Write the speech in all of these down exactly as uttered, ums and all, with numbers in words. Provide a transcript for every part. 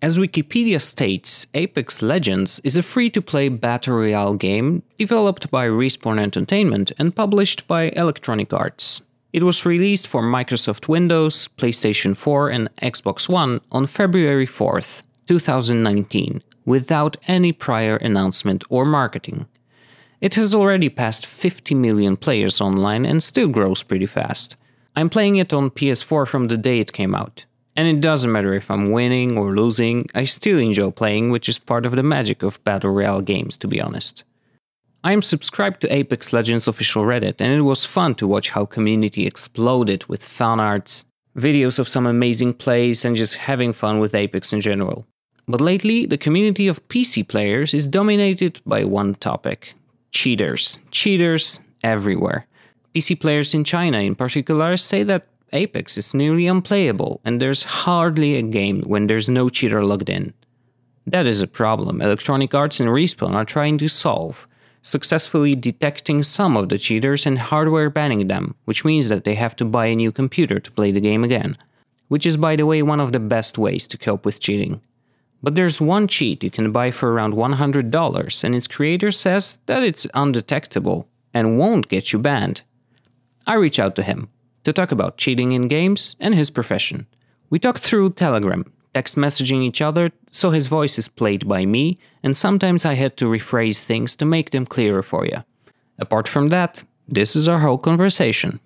As Wikipedia states, Apex Legends is a free-to-play battle royale game developed by Respawn Entertainment and published by Electronic Arts. It was released for Microsoft Windows, PlayStation four and Xbox One on February fourth, two thousand nineteen, without any prior announcement or marketing. It has already passed fifty million players online and still grows pretty fast. I'm playing it on P S four from the day it came out. And it doesn't matter if I'm winning or losing, I still enjoy playing, which is part of the magic of Battle Royale games, to be honest. I am subscribed to Apex Legends official Reddit, and it was fun to watch how community exploded with fan arts, videos of some amazing plays, and just having fun with Apex in general. But lately, the community of P C players is dominated by one topic: cheaters. Cheaters everywhere. P C players in China in particular say that Apex is nearly unplayable, and there's hardly a game when there's no cheater logged in. That is a problem Electronic Arts and Respawn are trying to solve, successfully detecting some of the cheaters and hardware banning them, which means that they have to buy a new computer to play the game again. Which is, by the way, one of the best ways to cope with cheating. But there's one cheat you can buy for around one hundred dollars, and its creator says that it's undetectable and won't get you banned. I reach out to him to talk about cheating in games and his profession. We talk through Telegram, text messaging each other, so his voice is played by me, and sometimes I had to rephrase things to make them clearer for you. Apart from that, this is our whole conversation.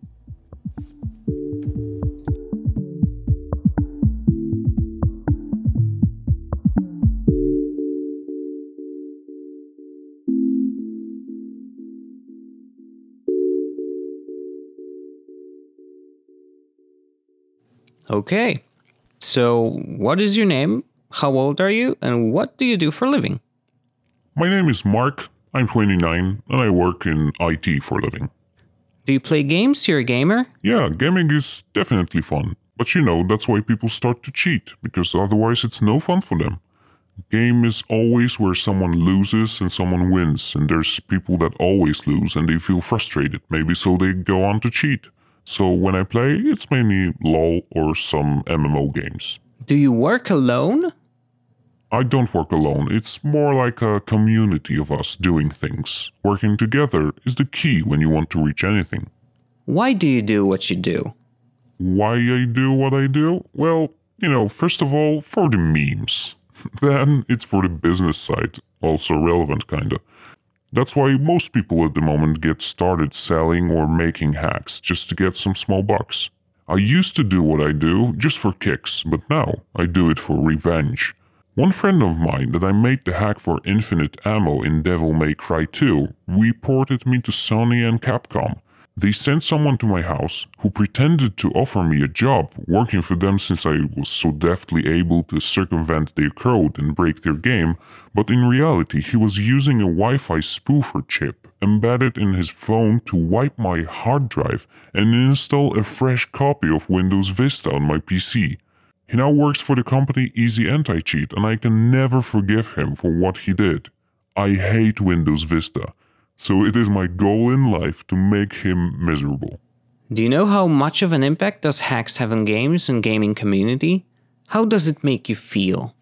Okay, so what is your name, how old are you, and what do you do for a living? My name is Mark, I'm twenty-nine, and I work in I T for a living. Do you play games? You're a gamer? Yeah, gaming is definitely fun. But you know, that's why people start to cheat, because otherwise it's no fun for them. Game is always where someone loses and someone wins, and there's people that always lose and they feel frustrated, maybe so they go on to cheat. So when I play, it's mainly LOL or some M M O games. Do you work alone? I don't work alone. It's more like a community of us doing things. Working together is the key when you want to reach anything. Why do you do what you do? Why I do what I do? Well, you know, first of all, for the memes. Then it's for the business side, also relevant kinda. That's why most people at the moment get started selling or making hacks just to get some small bucks. I used to do what I do just for kicks, but now I do it for revenge. One friend of mine that I made the hack for infinite ammo in Devil May Cry two reported me to Sony and Capcom. They sent someone to my house who pretended to offer me a job working for them since I was so deftly able to circumvent their code and break their game, but in reality he was using a Wi-Fi spoofer chip embedded in his phone to wipe my hard drive and install a fresh copy of Windows Vista on my P C. He now works for the company Easy Anti-Cheat, and I can never forgive him for what he did. I hate Windows Vista. So it is my goal in life to make him miserable. Do you know how much of an impact does hacks have on games and gaming community? How does it make you feel?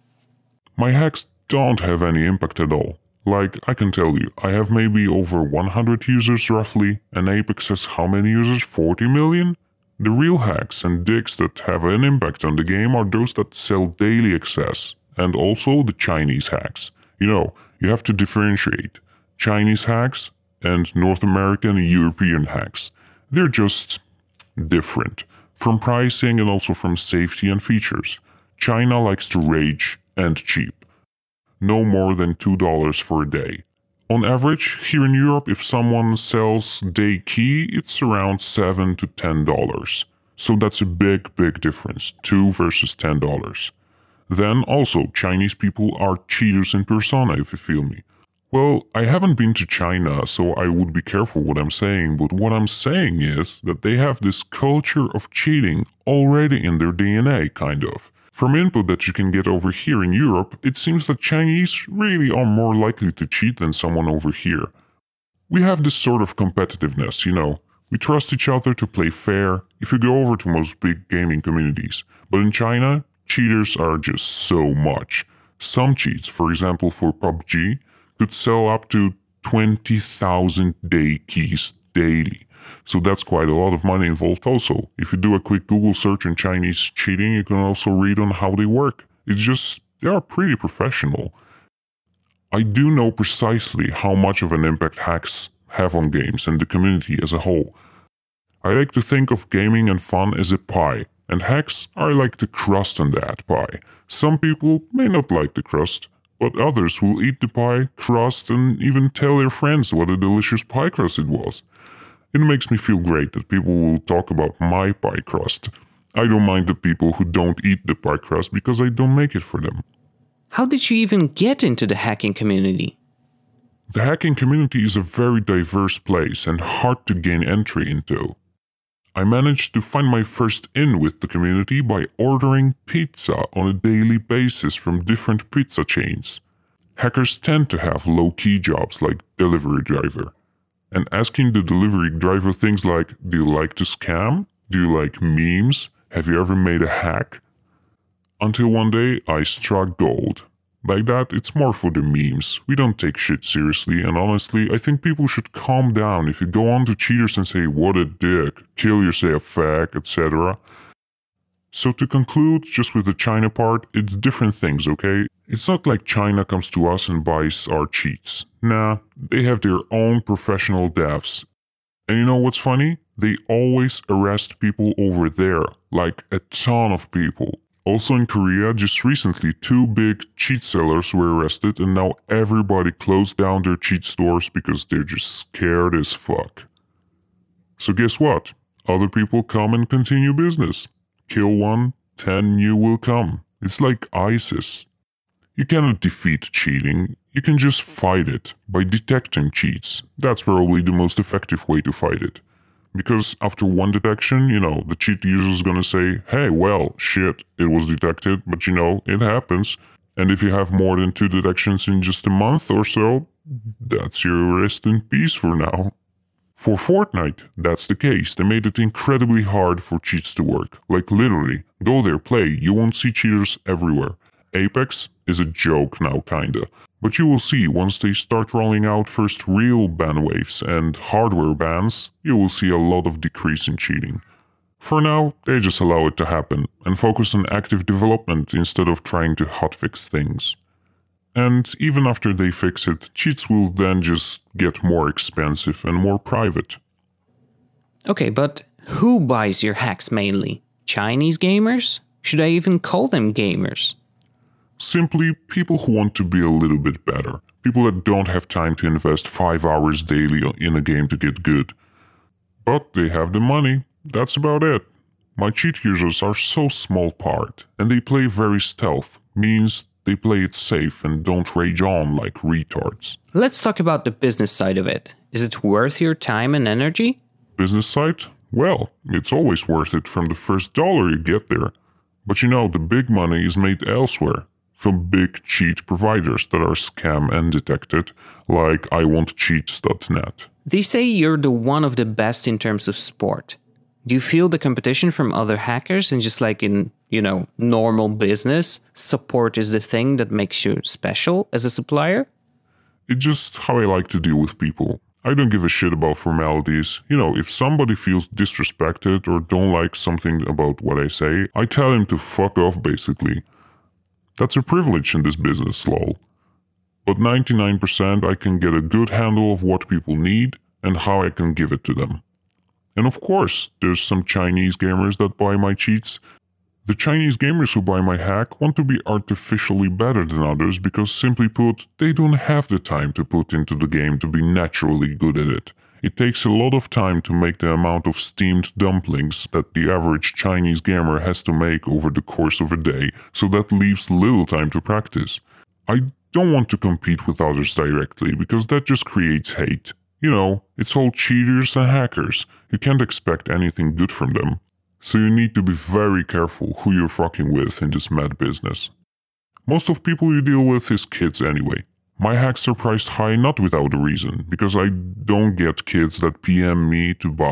My hacks don't have any impact at all. Like, I can tell you, I have maybe over one hundred users roughly, and Apex has how many users? forty million? The real hacks and digs that have an impact on the game are those that sell daily access, and also the Chinese hacks. You know, you have to differentiate Chinese hacks and North American and European hacks. They're just different, from pricing and also from safety and features. China likes to rage and cheap. No more than two dollars for a day. On average, here in Europe, if someone sells day key, it's around seven to ten dollars. So that's a big, big difference, two versus ten dollars. Then also, Chinese people are cheaters in persona, if you feel me. Well, I haven't been to China, so I would be careful what I'm saying, but what I'm saying is that they have this culture of cheating already in their D N A, kind of. From input that you can get over here in Europe, it seems that Chinese really are more likely to cheat than someone over here. We have this sort of competitiveness, you know. We trust each other to play fair if you go over to most big gaming communities. But in China, cheaters are just so much. Some cheats, for example for P U B G, could sell up to twenty thousand day keys daily. So that's quite a lot of money involved also. If you do a quick Google search on Chinese cheating, you can also read on how they work. It's just, they are pretty professional. I do know precisely how much of an impact hacks have on games and the community as a whole. I like to think of gaming and fun as a pie, and hacks are like the crust on that pie. Some people may not like the crust, but others will eat the pie crust and even tell their friends what a delicious pie crust it was. It makes me feel great that people will talk about my pie crust. I don't mind the people who don't eat the pie crust because I don't make it for them. How did you even get into the hacking community? The hacking community is a very diverse place and hard to gain entry into. I managed to find my first in with the community by ordering pizza on a daily basis from different pizza chains. Hackers tend to have low-key jobs like delivery driver. And asking the delivery driver things like, do you like to scam? Do you like memes? Have you ever made a hack? Until one day I struck gold. Like that, it's more for the memes. We don't take shit seriously, and honestly, I think people should calm down if you go on to cheaters and say, what a dick, kill yourself, fag, et cetera. So to conclude, just with the China part, it's different things, okay? It's not like China comes to us and buys our cheats. Nah, they have their own professional devs. And you know what's funny? They always arrest people over there, like a ton of people. Also in Korea, just recently, two big cheat sellers were arrested and now everybody closed down their cheat stores because they're just scared as fuck. So guess what? Other people come and continue business. Kill one, ten new will come. It's like ISIS. You cannot defeat cheating, you can just fight it by detecting cheats. That's probably the most effective way to fight it. Because after one detection, you know, the cheat user is gonna say, hey, well, shit, it was detected, but you know, it happens. And if you have more than two detections in just a month or so, that's your rest in peace for now. For Fortnite, that's the case. They made it incredibly hard for cheats to work. Like literally, go there, play, you won't see cheaters everywhere. Apex is a joke now kinda. But you will see, once they start rolling out first real ban waves and hardware bans, you will see a lot of decrease in cheating. For now, they just allow it to happen, and focus on active development instead of trying to hotfix things. And even after they fix it, cheats will then just get more expensive and more private. Okay, but who buys your hacks mainly? Chinese gamers? Should I even call them gamers? Simply people who want to be a little bit better. People that don't have time to invest five hours daily in a game to get good. But they have the money. That's about it. My cheat users are so small part, and they play very stealth, means they play it safe and don't rage on like retards. Let's talk about the business side of it. Is it worth your time and energy? Business side? Well, it's always worth it from the first dollar you get there. But you know, the big money is made elsewhere. From big cheat providers that are scam and detected, like I want cheats dot net. They say you're the one of the best in terms of sport. Do you feel the competition from other hackers, and just like in, you know, normal business, support is the thing that makes you special as a supplier? It's just how I like to deal with people. I don't give a shit about formalities. You know, if somebody feels disrespected or don't like something about what I say, I tell him to fuck off basically. That's a privilege in this business, lol. But ninety-nine percent I can get a good handle of what people need and how I can give it to them. And of course, there's some Chinese gamers that buy my cheats. The Chinese gamers who buy my hack want to be artificially better than others because, simply put, they don't have the time to put into the game to be naturally good at it. It takes a lot of time to make the amount of steamed dumplings that the average Chinese gamer has to make over the course of a day, so that leaves little time to practice. I don't want to compete with others directly, because that just creates hate. You know, it's all cheaters and hackers. You can't expect anything good from them. So you need to be very careful who you're fucking with in this mad business. Most of people you deal with is kids anyway. My hacks are priced high not without a reason, because I don't get kids that P M me to buy.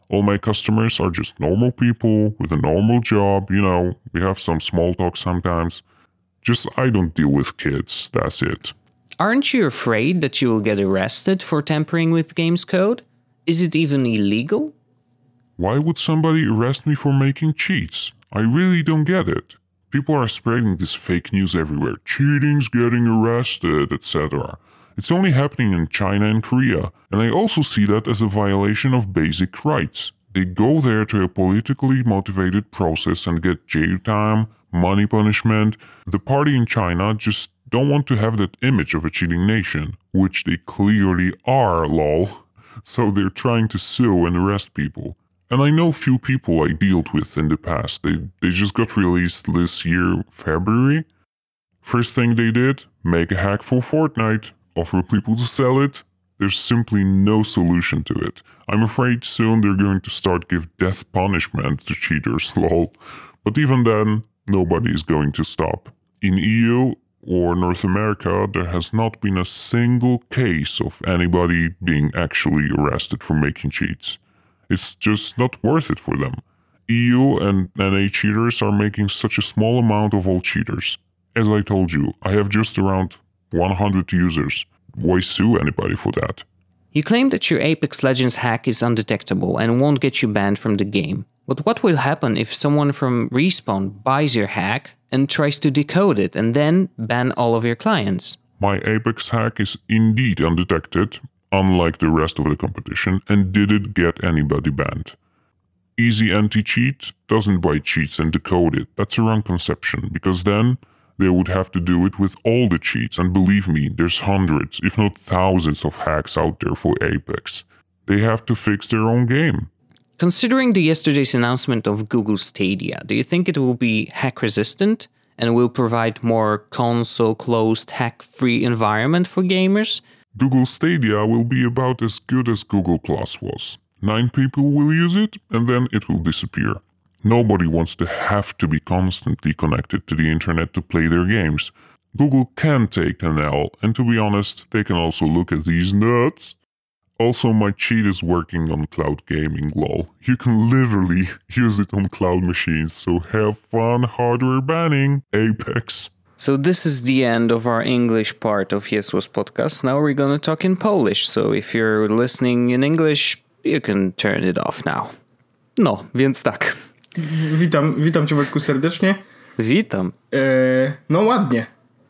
All my customers are just normal people with a normal job, you know, we have some small talk sometimes. Just I don't deal with kids, that's it. Aren't you afraid that you will get arrested for tampering with games code? Is it even illegal? Why would somebody arrest me for making cheats? I really don't get it. People are spreading this fake news everywhere. Cheating's getting arrested, et cetera. It's only happening in China and Korea, and I also see that as a violation of basic rights. They go there to a politically motivated process and get jail time, money punishment. The party in China just don't want to have that image of a cheating nation, which they clearly are, lol. So they're trying to sue and arrest people. And I know few people I dealt with in the past. They, they just got released this year, February. First thing they did, make a hack for Fortnite, offer people to sell it. There's simply no solution to it. I'm afraid soon they're going to start give death punishment to cheaters, lol. But even then, nobody is going to stop. In E U or North America, there has not been a single case of anybody being actually arrested for making cheats. It's just not worth it for them. E U and N A cheaters are making such a small amount of all cheaters. As I told you, I have just around one hundred users. Why sue anybody for that? You claim that your Apex Legends hack is undetectable and won't get you banned from the game. But what will happen if someone from Respawn buys your hack and tries to decode it and then ban all of your clients? My Apex hack is indeed undetected, unlike the rest of the competition, and didn't get anybody banned. Easy Anti-Cheat doesn't buy cheats and decode it. That's a wrong conception, because then they would have to do it with all the cheats, and believe me, there's hundreds, if not thousands of hacks out there for Apex. They have to fix their own game. Considering the yesterday's announcement of Google Stadia, do you think it will be hack-resistant and will provide more console-closed, hack-free environment for gamers? Google Stadia will be about as good as Google Plus was. Nine people will use it, and then it will disappear. Nobody wants to have to be constantly connected to the internet to play their games. Google can take an L, and to be honest, they can also look at these nuts. Also, my cheat is working on cloud gaming, lol. You can literally use it on cloud machines, so have fun hardware banning, Apex. So this is the end of our English part of Jesłos podcast. Now we're gonna talk in Polish, so if you're listening in English, you can turn it off now. No, więc tak. Witam, witam cię, Wojtku, serdecznie. Witam. E, no ładnie.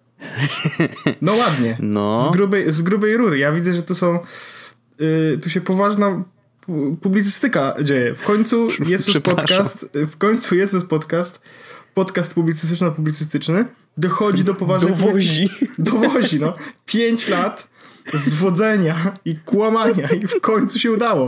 No ładnie. No. Z grubej, z grubej rury. Ja widzę, że tu są y, tu się poważna publicystyka dzieje. W końcu Jesłos podcast, w końcu Jesłos podcast, podcast publicystyczno-publicystyczny dochodzi do poważnej dowozi. Dowozi, no. Pięć lat zwodzenia i kłamania i w końcu się udało.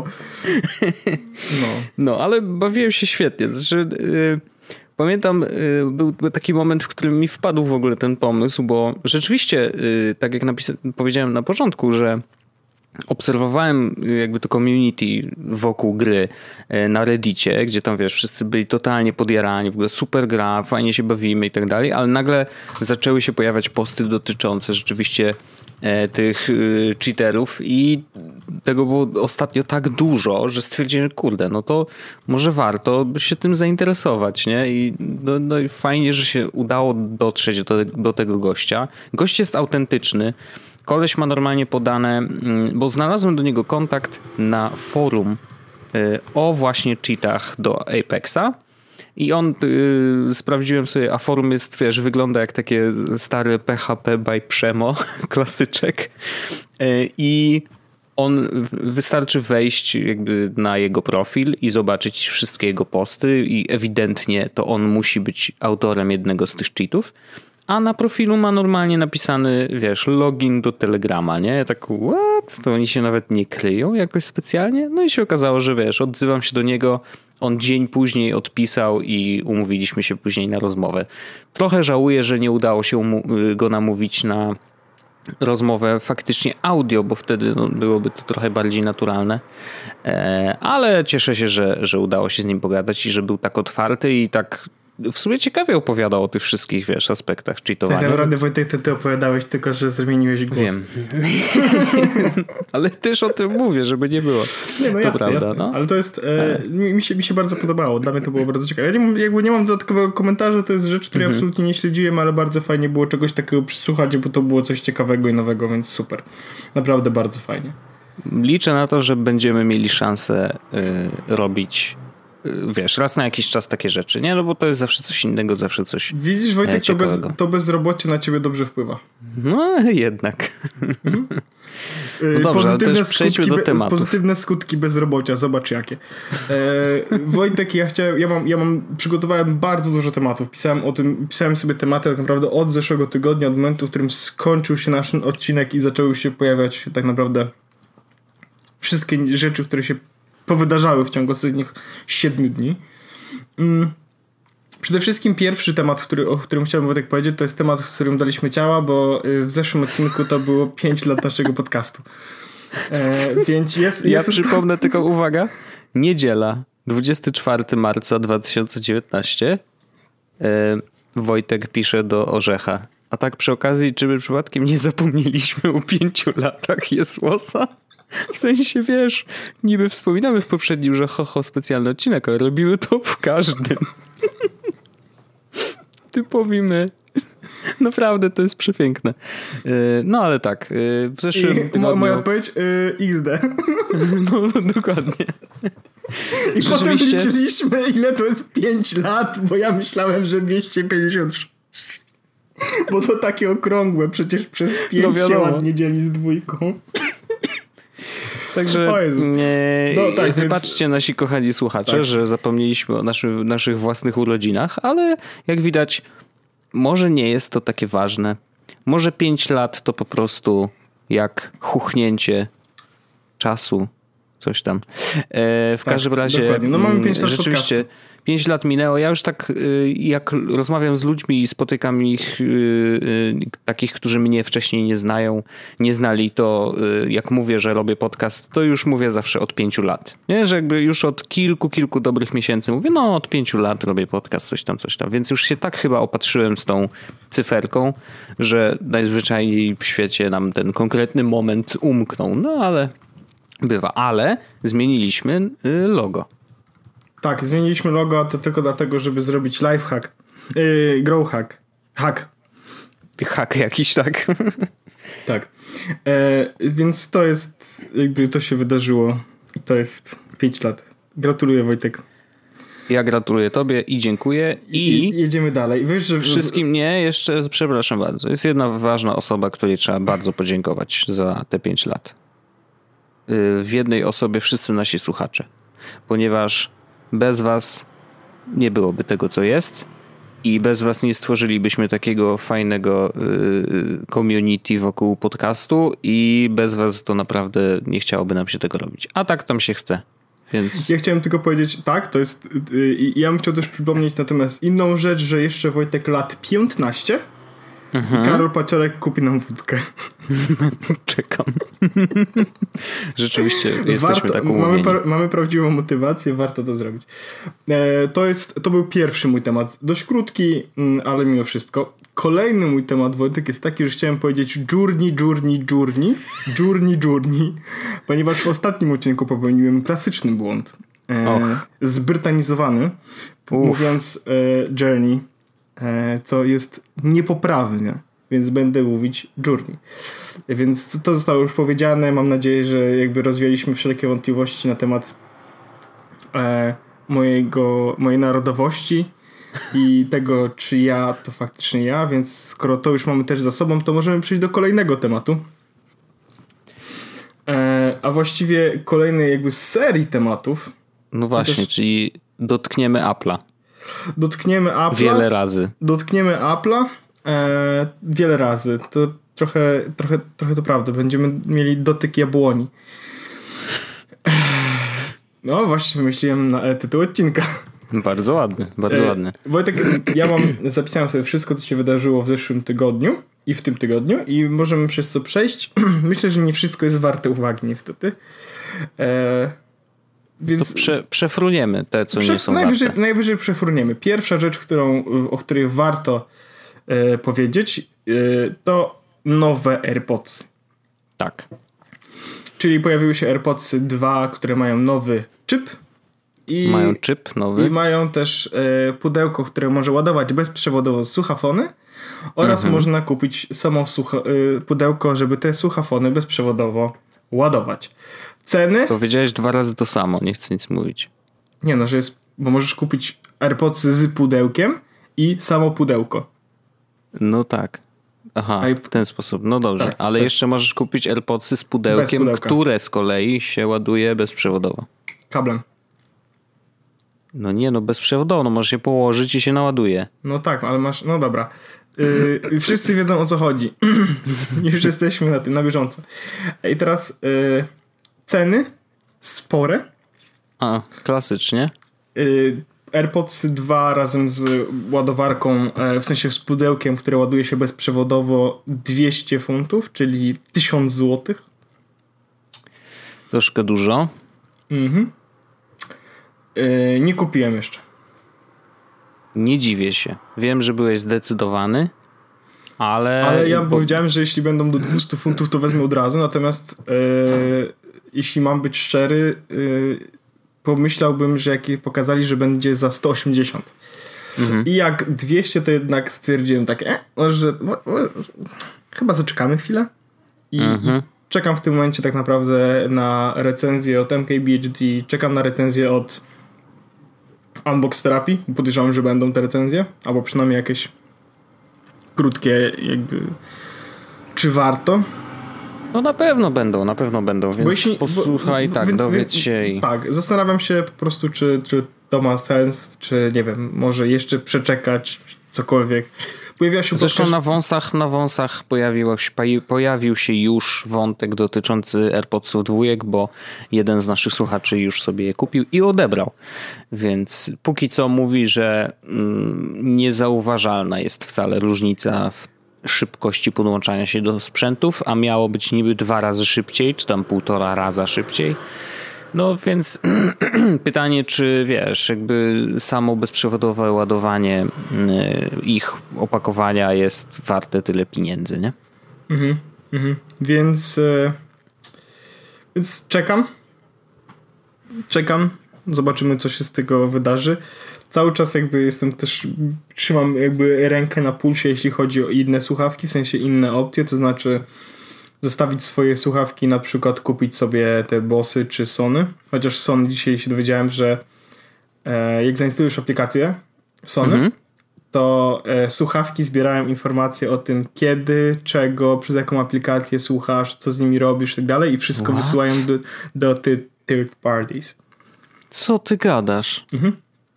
No, no ale bawiłem się świetnie. Znaczy, yy, pamiętam, yy, był taki moment, w którym mi wpadł w ogóle ten pomysł, bo rzeczywiście, yy, tak jak napisa- powiedziałem na początku, że obserwowałem jakby to community wokół gry na Reddicie, gdzie tam wiesz, wszyscy byli totalnie podjarani, w ogóle super gra, fajnie się bawimy i tak dalej, ale nagle zaczęły się pojawiać posty dotyczące rzeczywiście e, tych e, cheaterów i tego było ostatnio tak dużo, że stwierdziłem, kurde, no to może warto by się tym zainteresować, nie? I no, no i fajnie, że się udało dotrzeć do, do tego gościa. Gość jest autentyczny. Koleś ma normalnie podane, bo znalazłem do niego kontakt na forum o właśnie cheatach do Apexa i on, yy, sprawdziłem sobie, a forum jest, wiesz, wygląda jak takie stare P H P by Przemo, klasyczek yy, i on, wystarczy wejść jakby na jego profil i zobaczyć wszystkie jego posty i ewidentnie to on musi być autorem jednego z tych cheatów. A na profilu ma normalnie napisany, wiesz, login do Telegrama, nie? Ja tak, what? To oni się nawet nie kryją jakoś specjalnie? No i się okazało, że wiesz, odzywam się do niego, on dzień później odpisał i umówiliśmy się później na rozmowę. Trochę żałuję, że nie udało się go namówić na rozmowę faktycznie audio, bo wtedy no, byłoby to trochę bardziej naturalne. E, ale cieszę się, że, że udało się z nim pogadać i że był tak otwarty i tak w sumie ciekawie opowiadał o tych wszystkich, wiesz, aspektach cheatowania. Tak naprawdę, więc... Wojtek, to ty opowiadałeś, tylko że zmieniłeś głos. Wiem. Ale też o tym mówię, żeby nie było. Nie, no to jasne, prawda, jasne. No? Ale to jest, e, mi, się, mi się bardzo podobało. Dla mnie to było bardzo ciekawe. Ja nie, jakby nie mam dodatkowego komentarza, to jest rzecz, której mhm. absolutnie nie śledziłem, ale bardzo fajnie było czegoś takiego przysłuchać, bo to było coś ciekawego i nowego, więc super. Naprawdę bardzo fajnie. Liczę na to, że będziemy mieli szansę y, robić wiesz, raz na jakiś czas takie rzeczy, nie? No bo to jest zawsze coś innego, zawsze coś Widzisz, Wojtek, to, bez, to bezrobocie na ciebie dobrze wpływa. No jednak. Mhm. No dobrze, pozytywne ale też przejdźmy do be, tematu. Pozytywne skutki bezrobocia, zobacz jakie. E, Wojtek, ja chciałem, ja mam, ja mam, przygotowałem bardzo dużo tematów. Pisałem o tym, pisałem sobie tematy tak naprawdę od zeszłego tygodnia, od momentu, w którym skończył się nasz odcinek i zaczęły się pojawiać tak naprawdę wszystkie rzeczy, które się powydarzały w ciągu ostatnich siedmiu dni. Mm. Przede wszystkim pierwszy temat, który, o którym chciałbym Wojtek powiedzieć, to jest temat, w którym daliśmy ciała, bo w zeszłym odcinku to było pięć lat naszego podcastu. E, więc jest, ja jest... przypomnę tylko, uwaga, niedziela, dwudziestego czwartego marca dwa tysiące dziewiętnastego. E, Wojtek pisze do Orzecha. A tak przy okazji, czy my przypadkiem nie zapomnieliśmy o pięciu latach Jesłosa? W sensie, wiesz, niby wspominamy w poprzednim, że ho, ho, specjalny odcinek, ale robimy to w każdym. Typowi my. Naprawdę, to jest przepiękne. No ale tak, w zeszłym I tygodniu... moja odpowiedź yy, X D. No, no dokładnie. I potem liczyliśmy, ile to jest pięć lat, bo ja myślałem, że dwieście pięćdziesiąt sześć. Bo to takie okrągłe, przecież przez pięć no się ładnie dzieli z dwójką. Także nie, no, tak, wybaczcie więc... nasi kochani słuchacze, tak. że zapomnieliśmy o naszy, naszych własnych urodzinach, ale jak widać, może nie jest to takie ważne. Może pięć lat to po prostu jak chuchnięcie czasu, coś tam. E, w tak, każdym razie no, mamy pięć lat rzeczywiście podcastu. pięć lat minęło. Ja już tak jak rozmawiam z ludźmi i spotykam ich takich, którzy mnie wcześniej nie znają, nie znali, to jak mówię, że robię podcast, to już mówię zawsze od pięciu lat. Nie, że jakby już od kilku, kilku dobrych miesięcy mówię, no od pięciu lat robię podcast, coś tam, coś tam. Więc już się tak chyba opatrzyłem z tą cyferką, że najzwyczajniej w świecie nam ten konkretny moment umknął. No ale bywa. Ale zmieniliśmy logo. Tak, zmieniliśmy logo, a to tylko dlatego, żeby zrobić lifehack. Yy, grow hack. Hack. Hack jakiś, tak. Tak. E, więc to jest, jakby to się wydarzyło. I to jest pięć lat. Gratuluję, Wojtek. Ja gratuluję tobie i dziękuję. I, I jedziemy dalej. Wiesz, że... Wszystkim nie, jeszcze przepraszam bardzo. Jest jedna ważna osoba, której trzeba bardzo podziękować za te pięć lat. W jednej osobie wszyscy nasi słuchacze. Ponieważ bez was nie byłoby tego, co jest i bez was nie stworzylibyśmy takiego fajnego y, community wokół podcastu i bez was to naprawdę nie chciałoby nam się tego robić. A tak tam się chce. Więc... Ja chciałem tylko powiedzieć, tak, to jest... Y, ja bym chciał też przypomnieć natomiast inną rzecz, że jeszcze Wojtek lat piętnaście mhm. i Karol Paciorek kupi nam wódkę. Czekam. Rzeczywiście jesteśmy warto, tak umówieni. Mamy, mamy prawdziwą motywację, warto to zrobić. E, to, jest, to był pierwszy mój temat. Dość krótki, ale mimo wszystko. Kolejny mój temat, Wojtek, jest taki, że chciałem powiedzieć journey, journey, journey, journey, journey, ponieważ w ostatnim odcinku popełniłem klasyczny błąd. E, zbrytanizowany, Uf. mówiąc e, journey, e, co jest niepoprawne. Więc będę mówić journey. Więc to zostało już powiedziane. Mam nadzieję, że jakby rozwialiśmy wszelkie wątpliwości na temat e, mojego, mojej narodowości i tego, czy ja to faktycznie ja, więc skoro to już mamy też za sobą, to możemy przejść do kolejnego tematu. E, a właściwie kolejnej jakby serii tematów. No właśnie, też... czyli dotkniemy Apple'a. Dotkniemy Apple'a. Wiele razy. Dotkniemy Apple'a. E, wiele razy. To trochę, trochę, trochę to prawda. Będziemy mieli dotyk jabłoni. No właśnie wymyśliłem na tytuł odcinka. Bardzo ładny, bardzo e, ładny. Wojtek, ja mam, zapisałem sobie wszystko, co się wydarzyło w zeszłym tygodniu i w tym tygodniu i możemy przez to przejść. Myślę, że nie wszystko jest warte uwagi niestety. E, Więc to prze, przefruniemy te, co prze, nie są najwyżej, warte. najwyżej przefruniemy. Pierwsza rzecz, którą, o której warto e, powiedzieć, e, to nowe AirPods. Tak. Czyli pojawiły się AirPods dwa, które mają nowy chip. I, mają chip nowy. I mają też e, pudełko, które może ładować bezprzewodowo słuchafony oraz mhm. można kupić samo słucha, e, pudełko, żeby te słuchafony bezprzewodowo ładować. Ceny? Powiedziałeś dwa razy to samo, nie chcę nic mówić. Nie no, że jest, bo możesz kupić AirPods z pudełkiem i samo pudełko. No tak. Aha, A i- w ten sposób. No dobrze, Tak, ale tak. jeszcze możesz kupić AirPodsy z pudełkiem, pudełka. które z kolei się ładuje bezprzewodowo. Kablem. No nie, no bezprzewodowo, no możesz je położyć i się naładuje. No tak, ale masz, no dobra. Yy, wszyscy wiedzą, o co chodzi. Już jesteśmy na tym, na bieżąco. I teraz yy, ceny spore. A, klasycznie. Yy, AirPods dwa razem z ładowarką, e, w sensie z pudełkiem, które ładuje się bezprzewodowo, dwieście funtów, czyli tysiąc złotych. Troszkę dużo. Mhm. Yy, nie kupiłem jeszcze. Nie dziwię się. Wiem, że byłeś zdecydowany, ale... Ale ja bo... powiedziałem, że jeśli będą do dwieście funtów, to wezmę od razu. Natomiast yy, jeśli mam być szczery, yy, pomyślałbym, że jak pokazali, że będzie za sto osiemdziesiąt. Mhm. I jak dwieście, to jednak stwierdziłem tak, e, może mo, mo, chyba zaczekamy chwilę. I, mhm. i czekam w tym momencie tak naprawdę na recenzję od M K B H D. Czekam na recenzję od Unbox Therapy. Podejrzewam, że będą te recenzje. Albo przynajmniej jakieś krótkie jakby... Czy warto? No na pewno będą, na pewno będą, więc jeśli, posłuchaj, bo, tak, więc, dowiedz więc, się i... Tak, zastanawiam się po prostu, czy, czy to ma sens, czy nie wiem, może jeszcze przeczekać cokolwiek. Pojawiła się Zresztą podcast... na wąsach, na wąsach pojawiło się, pojawił się już wątek dotyczący AirPodsów dwójek, bo jeden z naszych słuchaczy już sobie je kupił i odebrał. Więc póki co mówi, że mm, niezauważalna jest wcale różnica w szybkości podłączania się do sprzętów, a miało być niby dwa razy szybciej, czy tam półtora raza szybciej. No więc pytanie, czy wiesz, jakby samo bezprzewodowe ładowanie ich opakowania jest warte tyle pieniędzy, nie? Mhm, mhm. Więc, e, więc czekam. Czekam. Zobaczymy, co się z tego wydarzy. Cały czas jakby jestem też, trzymam jakby rękę na pulsie, jeśli chodzi o inne słuchawki, w sensie inne opcje, to znaczy zostawić swoje słuchawki, na przykład kupić sobie te Bossy czy Sony. Chociaż Sony dzisiaj się dowiedziałem, że e, jak zainstalujesz aplikację Sony, mhm. to e, słuchawki zbierają informacje o tym, kiedy, czego, przez jaką aplikację słuchasz, co z nimi robisz i tak dalej i wszystko What? wysyłają do, do ty, third parties. Co ty gadasz? Mhm.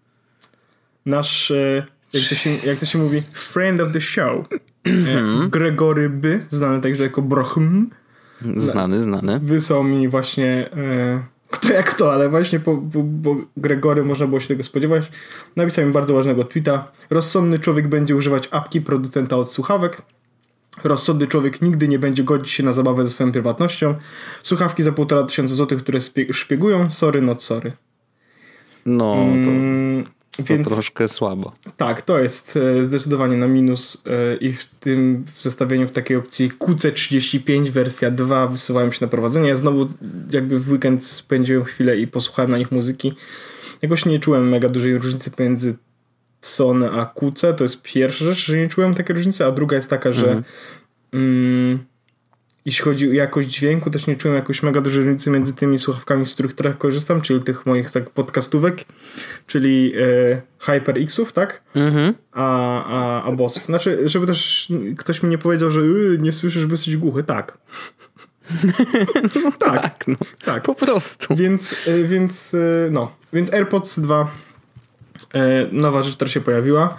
Nasz, e, jak, to się, jak to się mówi, friend of the show, mm-hmm. Gregory By, znany także jako Brochm. Znany, znany. Wysłał mi właśnie, e, kto jak to, ale właśnie po, po, bo Gregory można było się tego spodziewać. Napisał mi bardzo ważnego tweeta. Rozsądny człowiek będzie używać apki producenta od słuchawek. Rozsądny człowiek nigdy nie będzie godzić się na zabawę ze swoją prywatnością. Słuchawki za półtora tysiąca złotych, które spie- szpiegują. Sorry, not sorry. No, to... Mm, To Więc, troszkę słabo. Tak, to jest e, zdecydowanie na minus e, i w tym w zestawieniu w takiej opcji Q C trzydzieści pięć wersja dwa wysyłałem się na prowadzenie. Ja znowu jakby w weekend spędziłem chwilę i posłuchałem na nich muzyki. Jakoś nie czułem mega dużej różnicy pomiędzy Sony a Q C. To jest pierwsza rzecz, że nie czułem takiej różnicy, a druga jest taka, że mhm. mm, jeśli chodzi o jakość dźwięku, też nie czułem jakoś mega dużej różnicy między tymi słuchawkami, z których teraz korzystam, czyli tych moich tak podcastówek, czyli e, HyperX-ów, tak? Mm-hmm. A, a, a Bossów. Znaczy, żeby też ktoś mi nie powiedział, że yy, nie słyszysz, bo jesteś głuchy. Tak. no tak, tak, no, tak. Po prostu. Więc, e, więc e, no. Więc AirPods dwa e, nowa rzecz, która się pojawiła.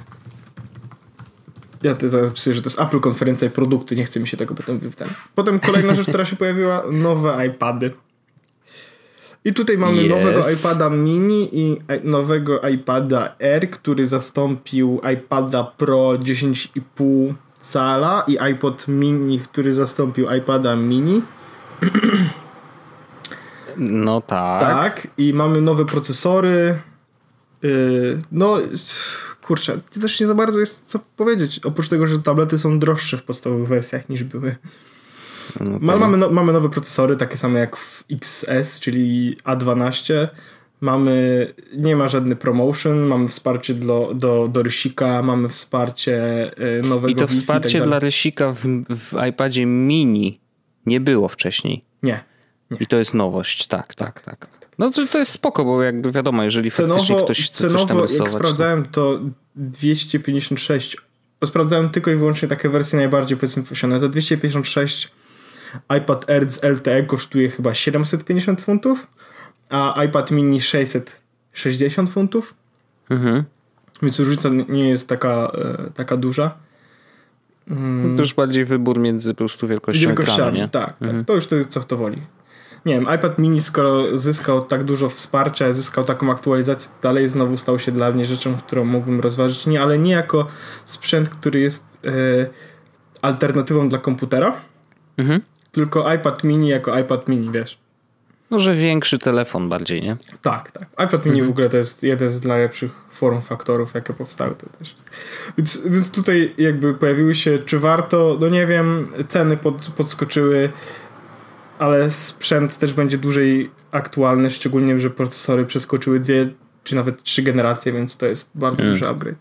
Ja to zapisuję, że to jest Apple konferencja i produkty, nie chce mi się tego potem wyptać. Potem kolejna rzecz, która się pojawiła, nowe iPady. I tutaj mamy yes. nowego iPada mini i nowego iPada Air, który zastąpił iPada Pro dziesięć i pół cala i iPod mini, który zastąpił iPada mini. No tak. Tak, i mamy nowe procesory. Yy, no, kurczę, też nie za bardzo jest co powiedzieć. Oprócz tego, że tablety są droższe w podstawowych wersjach niż były. No Ma, mamy, no, mamy nowe procesory, takie same jak w X S, czyli A dwanaście. Mamy, nie ma żadny promotion, mamy wsparcie do, do, do rysika, mamy wsparcie yy, nowego I to Wi-Fi wsparcie i tak dla rysika w, w iPadzie mini nie było wcześniej. Nie. nie. I to jest nowość, tak, tak, tak. tak. No to, to jest spoko, bo jakby wiadomo, jeżeli Cenowo, faktycznie ktoś chce cenowo, coś tam rysować. jak sprawdzałem, to dwieście pięćdziesiąt sześć, bo sprawdzałem tylko i wyłącznie takie wersje najbardziej powiedzmy posiadane, to dwieście pięćdziesiąt sześć iPad Air z L T E kosztuje chyba siedemset pięćdziesiąt funtów, a iPad mini sześćset sześćdziesiąt funtów. Mhm. Więc różnica nie jest taka, e, taka duża. No to już bardziej wybór między po prostu wielkością ekranu, nie? Tak, mhm. tak, to już to, co kto woli. Nie wiem, iPad mini, skoro zyskał tak dużo wsparcia, zyskał taką aktualizację, dalej znowu stał się dla mnie rzeczą, którą mógłbym rozważyć, nie, ale nie jako sprzęt, który jest e, alternatywą dla komputera, Mhm. tylko iPad mini jako iPad mini, wiesz. Może większy telefon bardziej, nie? Tak, tak. iPad mini mhm. w ogóle to jest jeden z najlepszych form faktorów, jakie powstały. To też jest. Więc, więc tutaj jakby pojawiły się, czy warto, no nie wiem, ceny pod, podskoczyły, ale sprzęt też będzie dłużej aktualny, szczególnie, że procesory przeskoczyły dwie, czy nawet trzy generacje, więc to jest bardzo mm. duży upgrade.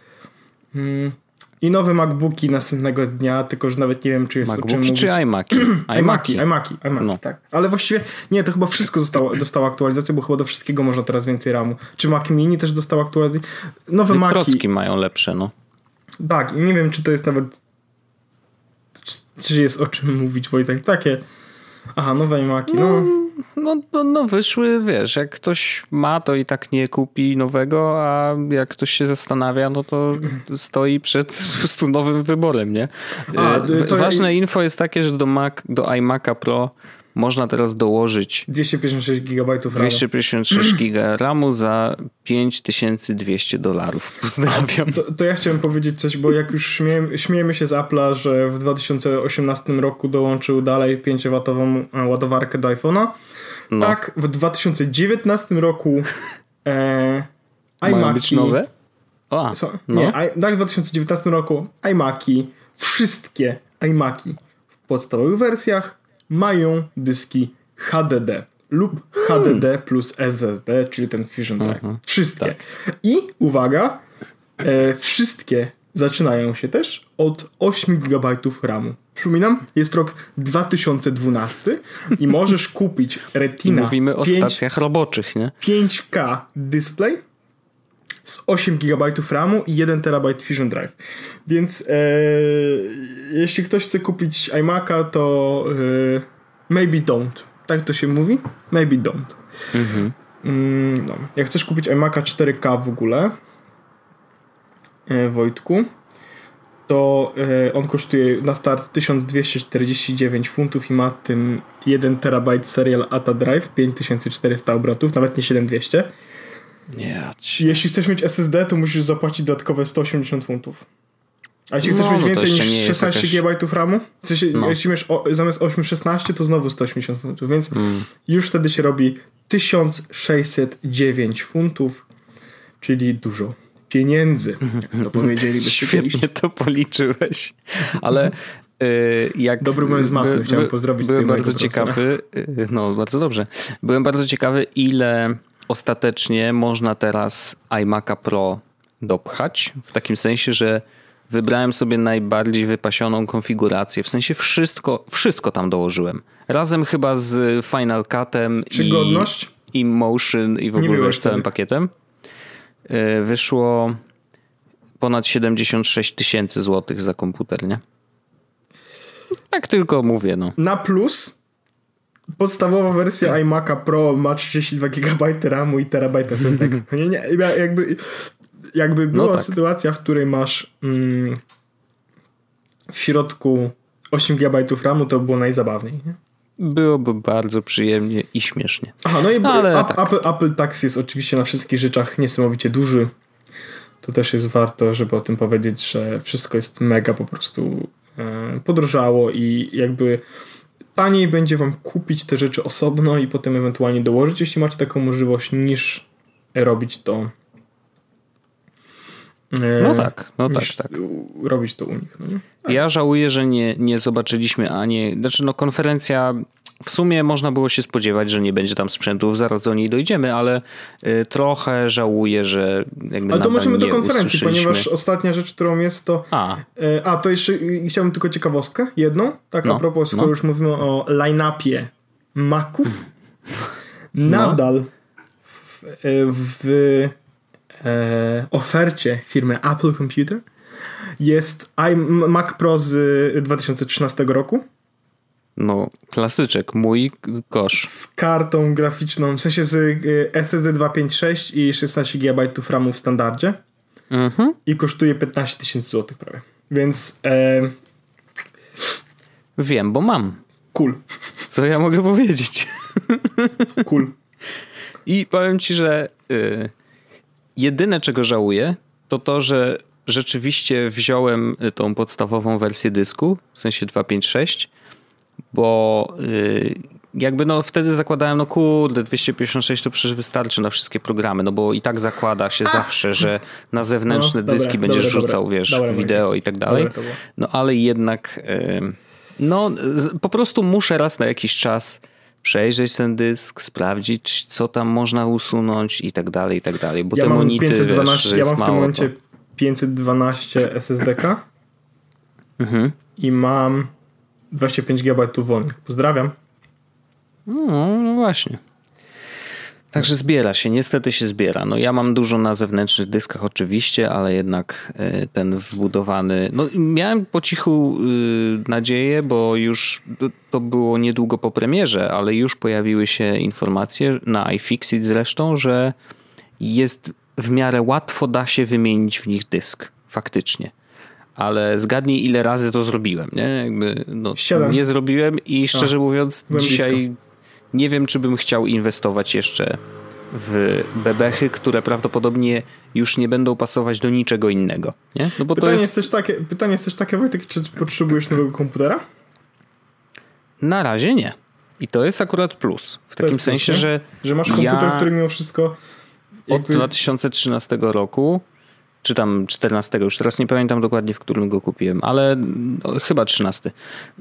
Mm. I nowe MacBooki następnego dnia, tylko że nawet nie wiem, czy jest MacBooki o czym mówić. czy iMaki? iMaki, iMaki, iMaki, no. tak. Ale właściwie, nie, to chyba wszystko zostało, dostało aktualizację, bo chyba do wszystkiego można teraz więcej ramu. Czy Mac Mini też dostał aktualizację? Nowe Maki. Procki mają lepsze, no. Tak, i nie wiem, czy to jest nawet, czy, czy jest o czym mówić, Wojtek. Takie, aha, nowe iMaki, no. No, no, no wyszły, wiesz, jak ktoś ma, to i tak nie kupi nowego, a jak ktoś się zastanawia, no to stoi przed po prostu nowym wyborem, nie? A, to Ważne ja... info jest takie, że do, Mac, do iMac'a Pro można teraz dołożyć dwieście pięćdziesiąt sześć gigabajtów ramu. dwieście pięćdziesiąt sześć giga ramu za pięć tysięcy dwieście dolarów. Pozdrawiam. To, to ja chciałem powiedzieć coś, bo jak już śmiejemy, śmiejemy się z Apple'a, że w dwa tysiące osiemnastym roku dołączył dalej pięciowatową ładowarkę do iPhone'a. No. Tak, w dwa tysiące dziewiętnastym roku e, Mają iMaki... być nowe? A, co? no. Nie, i, tak w dwa tysiące dziewiętnastym roku iMaki, wszystkie iMaki w podstawowych wersjach mają dyski H D D lub H D D plus S S D, czyli ten Fusion Drive. Mhm. Wszystkie. Tak. I uwaga, e, wszystkie zaczynają się też od osiem gigabajtów ramu. Przypominam, jest rok dwa tysiące dwunasty i możesz kupić Retina. I mówimy o pięć, stacjach roboczych, nie? pięć K display z osiem gigabajtów ramu i jeden terabajt Fusion Drive. Więc e, jeśli ktoś chce kupić iMac'a, to e, maybe don't. Tak to się mówi? Maybe don't. Mhm. Mm, no. Jak chcesz kupić iMac'a cztery K w ogóle, e, Wojtku, to e, on kosztuje na start tysiąc dwieście czterdzieści dziewięć funtów i ma tym jeden terabajt serial A T A Drive, pięć tysięcy czterysta obrotów, nawet nie siedem tysięcy dwieście. Nie. Jeśli chcesz mieć S S D, to musisz zapłacić dodatkowe sto osiemdziesiąt funtów. A jeśli chcesz no, mieć no więcej niż szesnaście jakaś... gigabajtów ramu, w sensie, no. jeśli masz o, zamiast osiem szesnaście, to znowu sto osiemdziesiąt funtów, więc mm. już wtedy się robi tysiąc sześćset dziewięć funtów, czyli dużo pieniędzy, jak to powiedzielibyście. Świetnie to policzyłeś, ale y, jak... Dobry moment z matmy, chciałem pozdrowić. Byłem bardzo ciekawy, y, no bardzo dobrze, byłem bardzo ciekawy, ile ostatecznie można teraz iMac'a Pro dopchać, w takim sensie, że wybrałem sobie najbardziej wypasioną konfigurację, w sensie wszystko, wszystko tam dołożyłem. Razem chyba z Final Cut'em i, i Motion i w ogóle już całym pakietem. Wyszło ponad siedemdziesiąt sześć tysięcy złotych za komputer, nie? Tak tylko mówię, no. Na plus podstawowa wersja iMac'a Pro ma trzydzieści dwa gigabajty ramu i terabajt S S D. Nie, nie, jakby, jakby była no tak. sytuacja, w której masz mm, w środku osiem gigabajtów ramu, to było najzabawniej, nie? Byłoby bardzo przyjemnie i śmiesznie. Aha, no i Ale Apple, tak. Apple, Apple Tax jest oczywiście na wszystkich rzeczach niesamowicie duży. To też jest warto, żeby o tym powiedzieć, że wszystko jest mega po prostu e, podrożało i jakby taniej będzie wam kupić te rzeczy osobno i potem ewentualnie dołożyć, jeśli macie taką możliwość, niż robić to no tak, no tak, tak. robić to u nich. No nie? Tak. Ja żałuję, że nie, nie zobaczyliśmy ani, znaczy no konferencja, w sumie można było się spodziewać, że nie będzie tam sprzętów, zaraz do niej dojdziemy, ale y, trochę żałuję, że jakby ale to możemy do konferencji, usłyszeliśmy. Ponieważ ostatnia rzecz, którą jest to a, y, a to jeszcze y, chciałbym tylko ciekawostkę, jedną, tak no, a propos, skoro no. już mówimy o line-upie Maców, nadal w, w e, ofercie firmy Apple Computer jest Mac Pro z dwa tysiące trzynastego roku. No, klasyczek, mój kosz. Z kartą graficzną, w sensie z S S D dwieście pięćdziesiąt sześć i szesnaście gigabajtów ramu w standardzie. Mhm. I kosztuje piętnaście tysięcy złotych prawie. Więc e... wiem, bo mam. Cool. Co ja mogę powiedzieć? Cool. I powiem ci, że y, jedyne czego żałuję, to to, że rzeczywiście wziąłem tą podstawową wersję dysku, w sensie dwieście pięćdziesiąt sześć, bo y, jakby no wtedy zakładałem, no kurde, dwieście pięćdziesiąt sześć to przecież wystarczy na wszystkie programy, no bo i tak zakłada się A. zawsze, że na zewnętrzne no, dyski dobre, będziesz dobre, rzucał, dobre, wiesz, dobre, wideo i tak dalej. No ale jednak y, no po prostu muszę raz na jakiś czas przejrzeć ten dysk, sprawdzić, co tam można usunąć i tak dalej, i tak dalej. Bo ja te mam monity, pięćset dwanaście, wiesz, ja mam w tym momencie to... pięćset dwanaście S S D K mhm. i mam dwadzieścia pięć gigabajtów wolnych. Pozdrawiam. No, no właśnie. Także zbiera się, niestety się zbiera. No ja mam dużo na zewnętrznych dyskach oczywiście, ale jednak ten wbudowany... No miałem po cichu nadzieję, bo już to było niedługo po premierze, ale już pojawiły się informacje na iFixit zresztą, że jest w miarę łatwo da się wymienić w nich dysk. Faktycznie. Ale zgadnij, ile razy to zrobiłem, nie? Jakby, no, nie zrobiłem i szczerze A, mówiąc dzisiaj blisko. Nie wiem, czy bym chciał inwestować jeszcze w bebechy, które prawdopodobnie już nie będą pasować do niczego innego. Nie? No bo pytanie, to jest... jest też takie, pytanie jest też takie, Wojtek, czy potrzebujesz nowego komputera? Na razie nie. I to jest akurat plus. W takim plus, sensie, nie? że że masz komputer, ja który mimo wszystko jakby... od dwa tysiące trzynastego roku czy tam czternastego, już teraz nie pamiętam dokładnie, w którym go kupiłem, ale no, chyba trzynasty.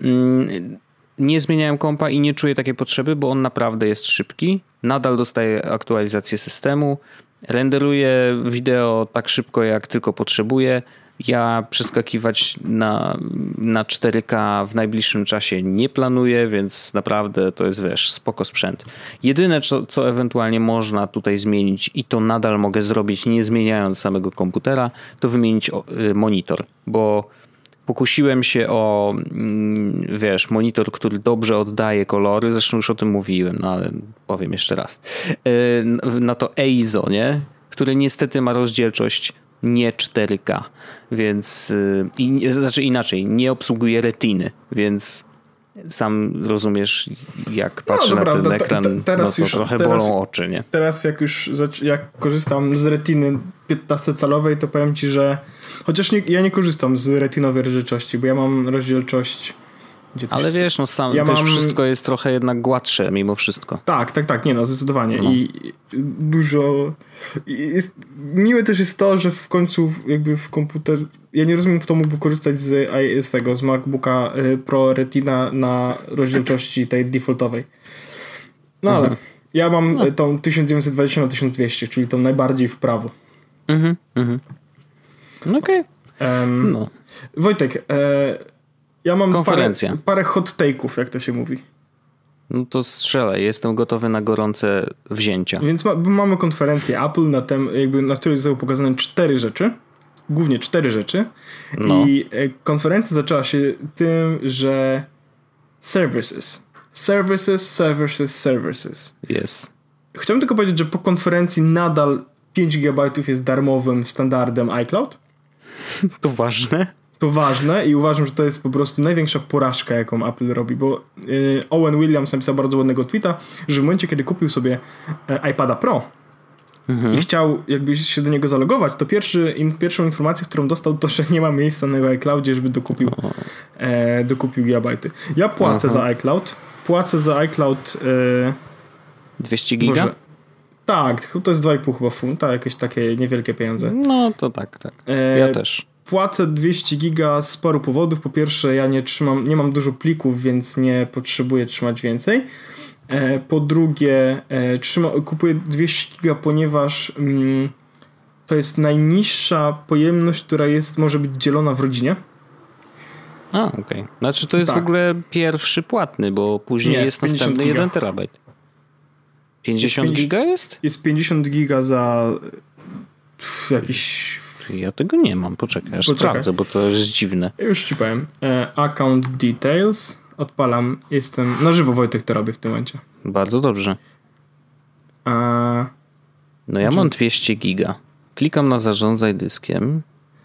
Nie zmieniałem kompa i nie czuję takiej potrzeby, bo on naprawdę jest szybki. Nadal dostaje aktualizację systemu. Renderuje wideo tak szybko, jak tylko potrzebuję. Ja przeskakiwać na, na cztery K w najbliższym czasie nie planuję, więc naprawdę to jest, wiesz, spoko sprzęt. Jedyne, co, co ewentualnie można tutaj zmienić i to nadal mogę zrobić, nie zmieniając samego komputera, to wymienić monitor, bo pokusiłem się o, wiesz, monitor, który dobrze oddaje kolory, zresztą już o tym mówiłem, no ale powiem jeszcze raz. Na to EIZO, nie? Które niestety ma rozdzielczość nie cztery K, więc i, znaczy inaczej, nie obsługuje retiny, więc sam rozumiesz, jak patrzę no, na ten ekran, te, te, teraz no to już, trochę teraz, bolą oczy, nie? Teraz jak już jak korzystam z retiny piętnastocalowej, to powiem ci, że chociaż nie, ja nie korzystam z retinowej rozdzielczości, bo ja mam rozdzielczość... Ale jest? Wiesz, no sam ja wiesz, mam... wszystko jest trochę jednak gładsze mimo wszystko. Tak, tak, tak, nie no, zdecydowanie. No. I dużo... Jest... Miłe też jest to, że w końcu jakby w komputer... Ja nie rozumiem, kto mógłby korzystać z, z tego, z MacBooka Pro Retina na rozdzielczości tej defaultowej. No ale mhm. ja mam no. tą tysiąc dziewięćset dwadzieścia na tysiąc dwieście, czyli tą najbardziej w prawo. Mhm, mhm. Okej. Okay. Um, no. Wojtek, e, ja mam parę, parę hot take'ów, jak to się mówi. No to strzelaj, jestem gotowy na gorące wzięcia. Więc ma, mamy konferencję Apple, na, tem, jakby, na której zostały pokazane cztery rzeczy. Głównie cztery rzeczy. No. I e, konferencja zaczęła się tym, że services. Services, services, services. Yes. Chciałbym tylko powiedzieć, że po konferencji nadal pięć gigabajtów jest darmowym standardem iCloud. To ważne. To ważne i uważam, że to jest po prostu największa porażka, jaką Apple robi, bo yy, Owen Williams napisał bardzo ładnego tweeta, że w momencie, kiedy kupił sobie yy, iPada Pro, mhm. i chciał jakby się do niego zalogować, to pierwszy, im, pierwszą informację, którą dostał, to, że nie ma miejsca na jego iCloudzie, żeby dokupił, e, dokupił gigabajty. Ja płacę Aha. za iCloud. Płacę za iCloud e, dwieście giga? Może, tak, to jest dwa i pół chyba funta, jakieś takie niewielkie pieniądze. No to tak, tak. Ja e, też. Płacę dwieście giga z paru powodów. Po pierwsze, ja nie trzymam, nie mam dużo plików, więc nie potrzebuję trzymać więcej. E, po drugie, e, trzyma, kupuję dwieście giga, ponieważ mm, to jest najniższa pojemność, która jest, może być dzielona w rodzinie. A, okej. Okay. Znaczy to jest tak. w ogóle pierwszy płatny, bo później nie, jest następny giga. jeden terabajt. pięćdziesiąt giga jest? Jest pięćdziesiąt giga za jakiś... Ja tego nie mam, poczekaj, aż poczekaj. sprawdzę, bo to jest dziwne. Już ci powiem. E, account details. Odpalam. Jestem... Na żywo, Wojtek, to robię w tym momencie. Bardzo dobrze. A... No ja mam dwieście giga. Klikam na zarządzaj dyskiem.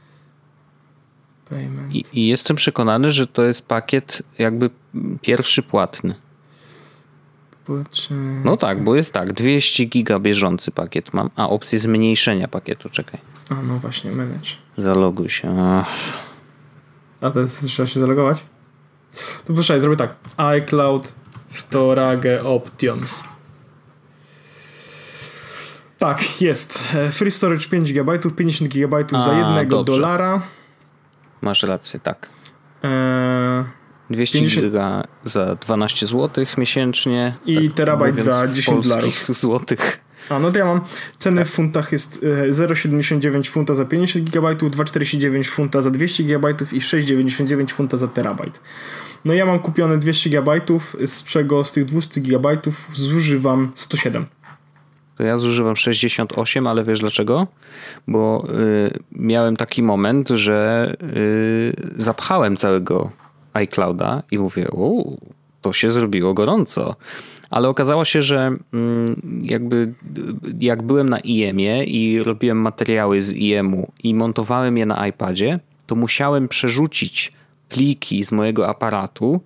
I, I jestem przekonany, że to jest pakiet jakby pierwszy płatny. Poczekaj. No tak, bo jest tak, dwieście giga bieżący pakiet mam, a opcję zmniejszenia pakietu, czekaj. A no właśnie, manage. Zaloguj się. Ach. A to jest, trzeba się zalogować? To poczekaj, zrobię tak. iCloud Storage Options. Tak, jest. Free storage pięć gigabajtów, pięćdziesiąt gigabajtów za jednego dobrze. dolara. Masz rację, tak. Eee, dwieście giga za dwanaście złotych miesięcznie. I tak terabajt za dziesięć dolarów. złotych. A no to ja mam ceny tak. w funtach jest zero przecinek siedemdziesiąt dziewięć funta za pięćdziesiąt gigabajtów, dwa przecinek czterdzieści dziewięć funta za dwieście gigabajtów i sześć przecinek dziewięćdziesiąt dziewięć funta za terabajt. No ja mam kupione dwieście gigabajtów, z czego z tych dwieście gigabajtów zużywam sto siedem. To ja zużywam sześćdziesiąt osiem, ale wiesz dlaczego? Bo y, miałem taki moment, że y, zapchałem całego iClouda i mówię, o, to się zrobiło gorąco. Ale okazało się, że y, jakby jak byłem na I E M ie i robiłem materiały z I E M u i montowałem je na iPadzie, to musiałem przerzucić pliki z mojego aparatu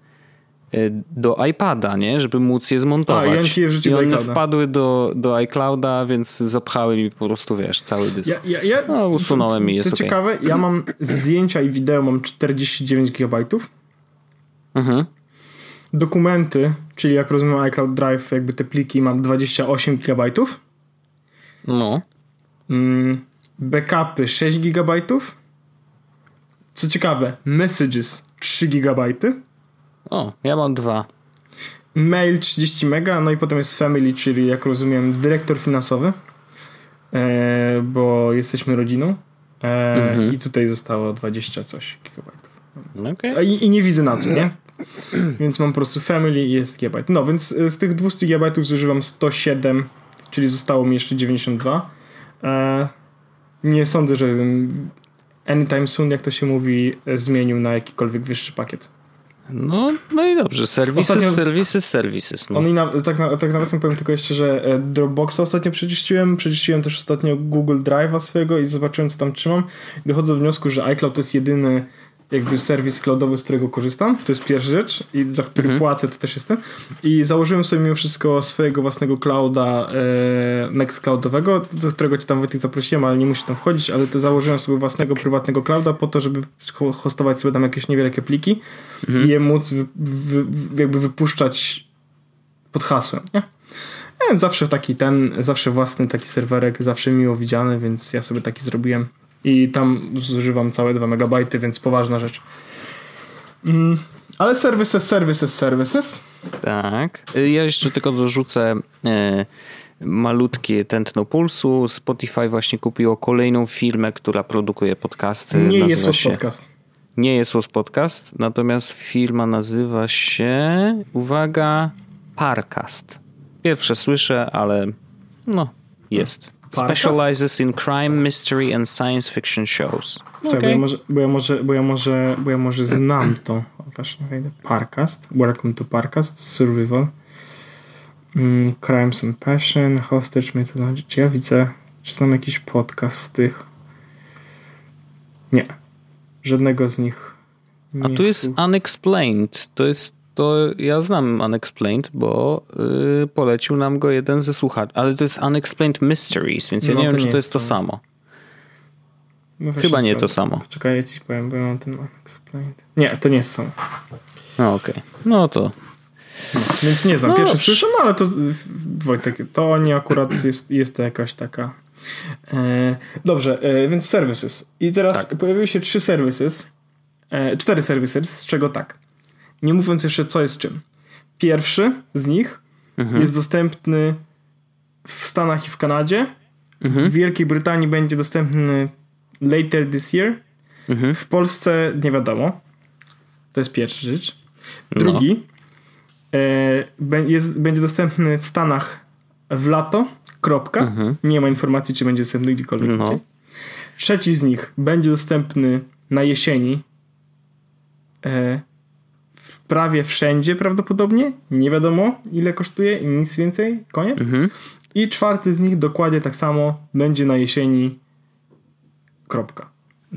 do iPada, nie? Żeby móc je zmontować. A, i, I one do wpadły do, do iClouda, więc zapchały mi po prostu, wiesz, cały dysk. Ja, ja, ja, no, usunąłem co, i jest Co okay. ciekawe, ja mam zdjęcia i wideo, mam czterdzieści dziewięć gigabajtów. Mhm. Dokumenty, czyli jak rozumiem iCloud Drive, jakby te pliki, mam dwadzieścia osiem gigabajtów. No. Mm, backupy sześć gigabajtów. Co ciekawe, messages trzy gigabajty. O, ja mam dwa. Mail trzydzieści mega, no i potem jest family, czyli jak rozumiem dyrektor finansowy, e, bo jesteśmy rodziną e, mhm. i tutaj zostało dwadzieścia coś gigabajtów. Okay. I, I nie widzę na co, nie? Więc mam po prostu family i jest gigabajt. No, więc z tych dwieście gigabajtów zużywam sto siedem, czyli zostało mi jeszcze dziewięćdziesiąt dwa. E, nie sądzę, żebym anytime soon, jak to się mówi, zmienił na jakikolwiek wyższy pakiet. No, no i dobrze, serwisy, ostatnio, serwisy, serwisy. No. On i na, tak, na, tak nawiasem powiem tylko jeszcze, że Dropboxa ostatnio przeczyściłem, przeczyściłem też ostatnio Google Drive'a swojego i zobaczyłem, co tam trzymam. Dochodzę do wniosku, że iCloud to jest jedyny jakby serwis cloudowy, z którego korzystam. To jest pierwsza rzecz i za który mhm. płacę, to też jestem. I założyłem sobie mimo wszystko swojego własnego clouda e, Nextcloudowego, do którego cię tam Wojtek zaprosiłem, ale nie musisz tam wchodzić, ale to założyłem sobie własnego prywatnego clouda po to, żeby hostować sobie tam jakieś niewielkie pliki mhm. i je móc wy, wy, wy, jakby wypuszczać pod hasłem, nie? E, zawsze taki ten, zawsze własny taki serwerek, zawsze miło widziany, więc ja sobie taki zrobiłem. I tam zużywam całe dwa megabajty, więc poważna rzecz. Mm, ale services, services, services. Tak. Ja jeszcze tylko dorzucę e, malutkie tętno pulsu. Spotify właśnie kupiło kolejną firmę, która produkuje podcasty. Nie jest Łos Podcast. Nie jest Łos Podcast, natomiast firma nazywa się, uwaga, Parcast. Pierwsze słyszę, ale no, jest. Parcast? Specializes in crime, mystery and science fiction shows. Czekaj, okay. bo, ja może, bo, ja może, bo, ja może, bo ja może znam to. O, też wejdę. Parcast. Welcome to Parcast. Survival. Mm, Crimes and Passion. Hostage Methodology. Czy ja widzę, czy znam jakiś podcast z tych? Nie. Żadnego z nich nie. A tu jest Unexplained. To jest to ja znam Unexplained, bo yy, polecił nam go jeden ze słuchaczy. Ale to jest Unexplained Mysteries, więc ja No, nie to wiem, nie czy to jest jest to to. samo. No weź Chyba się nie sprawdzę. to samo. Czekaj, ja ci powiem, bo ja mam ten Unexplained. Nie, to nie jest samo. No okej. Okay. No to... Więc nie znam. No Pierwszy dobrze. słyszę, no ale to Wojtek, to nie akurat jest, jest to jakaś taka... E, dobrze, e, więc services. I teraz Tak. pojawiły się trzy services. E, cztery services, z czego tak. Nie mówiąc jeszcze co jest czym. Pierwszy z nich Mhm. jest dostępny w Stanach i w Kanadzie. W Wielkiej Brytanii będzie dostępny later this year. Mhm. W Polsce nie wiadomo. To jest pierwsza rzecz. Drugi e, be- jest, będzie dostępny w Stanach w lato. Kropka. Mhm. Nie ma informacji, czy będzie dostępny gdziekolwiek No. indziej. Trzeci z nich będzie dostępny na jesieni. E, w prawie wszędzie prawdopodobnie. Nie wiadomo, ile kosztuje i nic więcej. Koniec. Mhm. I czwarty z nich dokładnie tak samo będzie na jesieni. Kropka.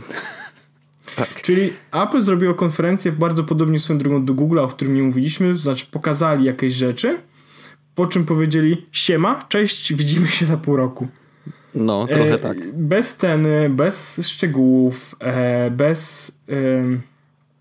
Tak. Czyli Apple zrobiło konferencję bardzo podobnie swoją drogą do Google'a, o którym nie mówiliśmy, to znaczy pokazali jakieś rzeczy, po czym powiedzieli siema, cześć, widzimy się za pół roku. No, trochę E, tak. Bez ceny, bez szczegółów, e, bez... E,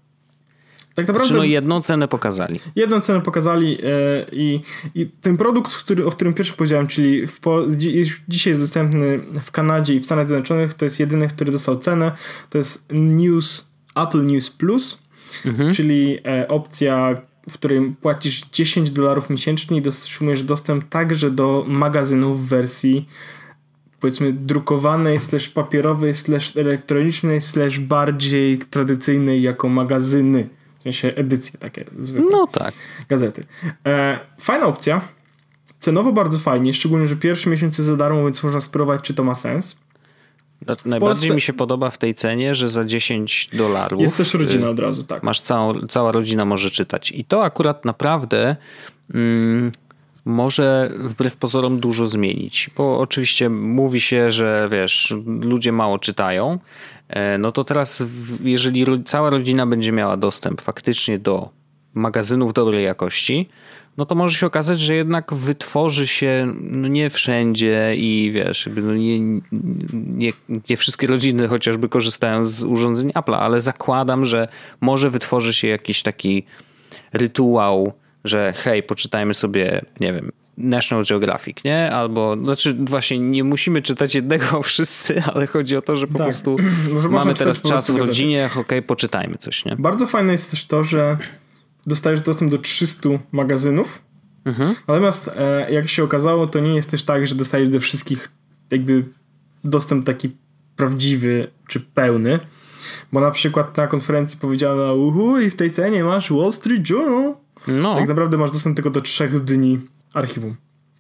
tak naprawdę Znaczy, no jedną cenę pokazali. jedną cenę pokazali e, i, i ten produkt, który, o którym pierwszy powiedziałem, czyli w po, dzi, już dzisiaj jest dostępny w Kanadzie i w Stanach Zjednoczonych, to jest jedyny, który dostał cenę, to jest News, Apple News Plus, Mhm. czyli e, opcja, w której płacisz dziesięć dolarów miesięcznie i otrzymujesz dostęp także do magazynów w wersji powiedzmy drukowanej, slash papierowej, slash elektronicznej, slash bardziej tradycyjnej jako magazyny. W sensie edycje takie zwykłe. No tak. Gazety. E, fajna opcja. Cenowo bardzo fajnie, szczególnie, że pierwszy miesiąc jest za darmo, więc można spróbować, czy to ma sens. Najbardziej Polsce- mi się podoba w tej cenie, że za dziesięć dolarów Jest też rodzina y, od razu, tak. masz całą, cała rodzina może czytać. I to akurat naprawdę mm, może wbrew pozorom dużo zmienić. Bo oczywiście mówi się, że wiesz, ludzie mało czytają. E, no to teraz, w- jeżeli ro- cała rodzina będzie miała dostęp faktycznie do magazynów dobrej jakości, no to może się okazać, że jednak wytworzy się no nie wszędzie i wiesz, jakby no nie, nie, nie wszystkie rodziny chociażby korzystają z urządzeń Apple'a, ale zakładam, że może wytworzy się jakiś taki rytuał, że hej, poczytajmy sobie, nie wiem, National Geographic, nie? Albo, znaczy właśnie nie musimy czytać jednego wszyscy, ale chodzi o to, że po Tak. prostu Że można mamy czytać teraz po czas prostu w gazety. rodzinie, okej, poczytajmy coś, nie? Bardzo fajne jest też to, że dostajesz dostęp do trzystu magazynów. Mhm. Natomiast e, jak się okazało, to nie jest też tak, że dostajesz do wszystkich jakby dostęp taki prawdziwy czy pełny. Bo na przykład na konferencji powiedziano uhu, i w tej cenie masz Wall Street Journal. No, Tak naprawdę masz dostęp tylko do trzech dni archiwum.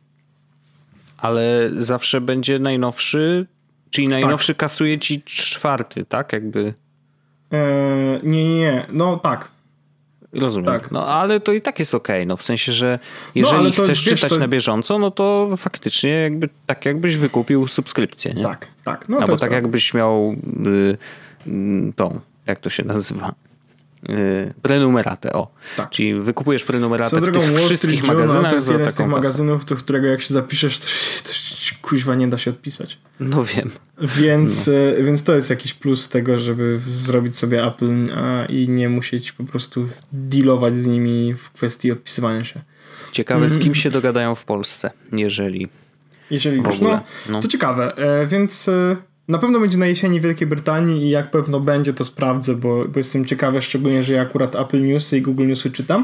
ale zawsze będzie najnowszy, czyli najnowszy kasuje ci czwarty, tak? Jakby E, nie, nie, nie. No tak. rozumiem. Tak. No ale to i tak jest okej, no w sensie, że jeżeli ale to, chcesz wiesz, czytać to- na bieżąco, no to faktycznie jakby tak jakbyś wykupił subskrypcję, nie? Tak, tak. No, to Albo jest tak prawda. jakbyś miał y, y, tą, jak to się nazywa? Y, prenumeratę, o. Tak. Czyli wykupujesz prenumeratę Co w drogą, tych Wall wszystkich Street Journal magazynach to jest za jeden z taką tych kasę. magazynów, do którego jak się zapiszesz, to, się- to się, kuźwa nie da się odpisać. No wiem. Więc, e, więc to jest jakiś plus tego, żeby w- zrobić sobie Apple a, i nie musieć po prostu dealować z nimi w kwestii odpisywania się. Ciekawe, z Mhm. kim się dogadają w Polsce, jeżeli... Jeżeli W już, ogóle, no, no. to ciekawe. E, więc e, na pewno będzie na jesieni w Wielkiej Brytanii i jak pewno będzie, to sprawdzę, bo, bo jestem ciekawy, szczególnie, że ja akurat Apple Newsy i Google Newsy czytam.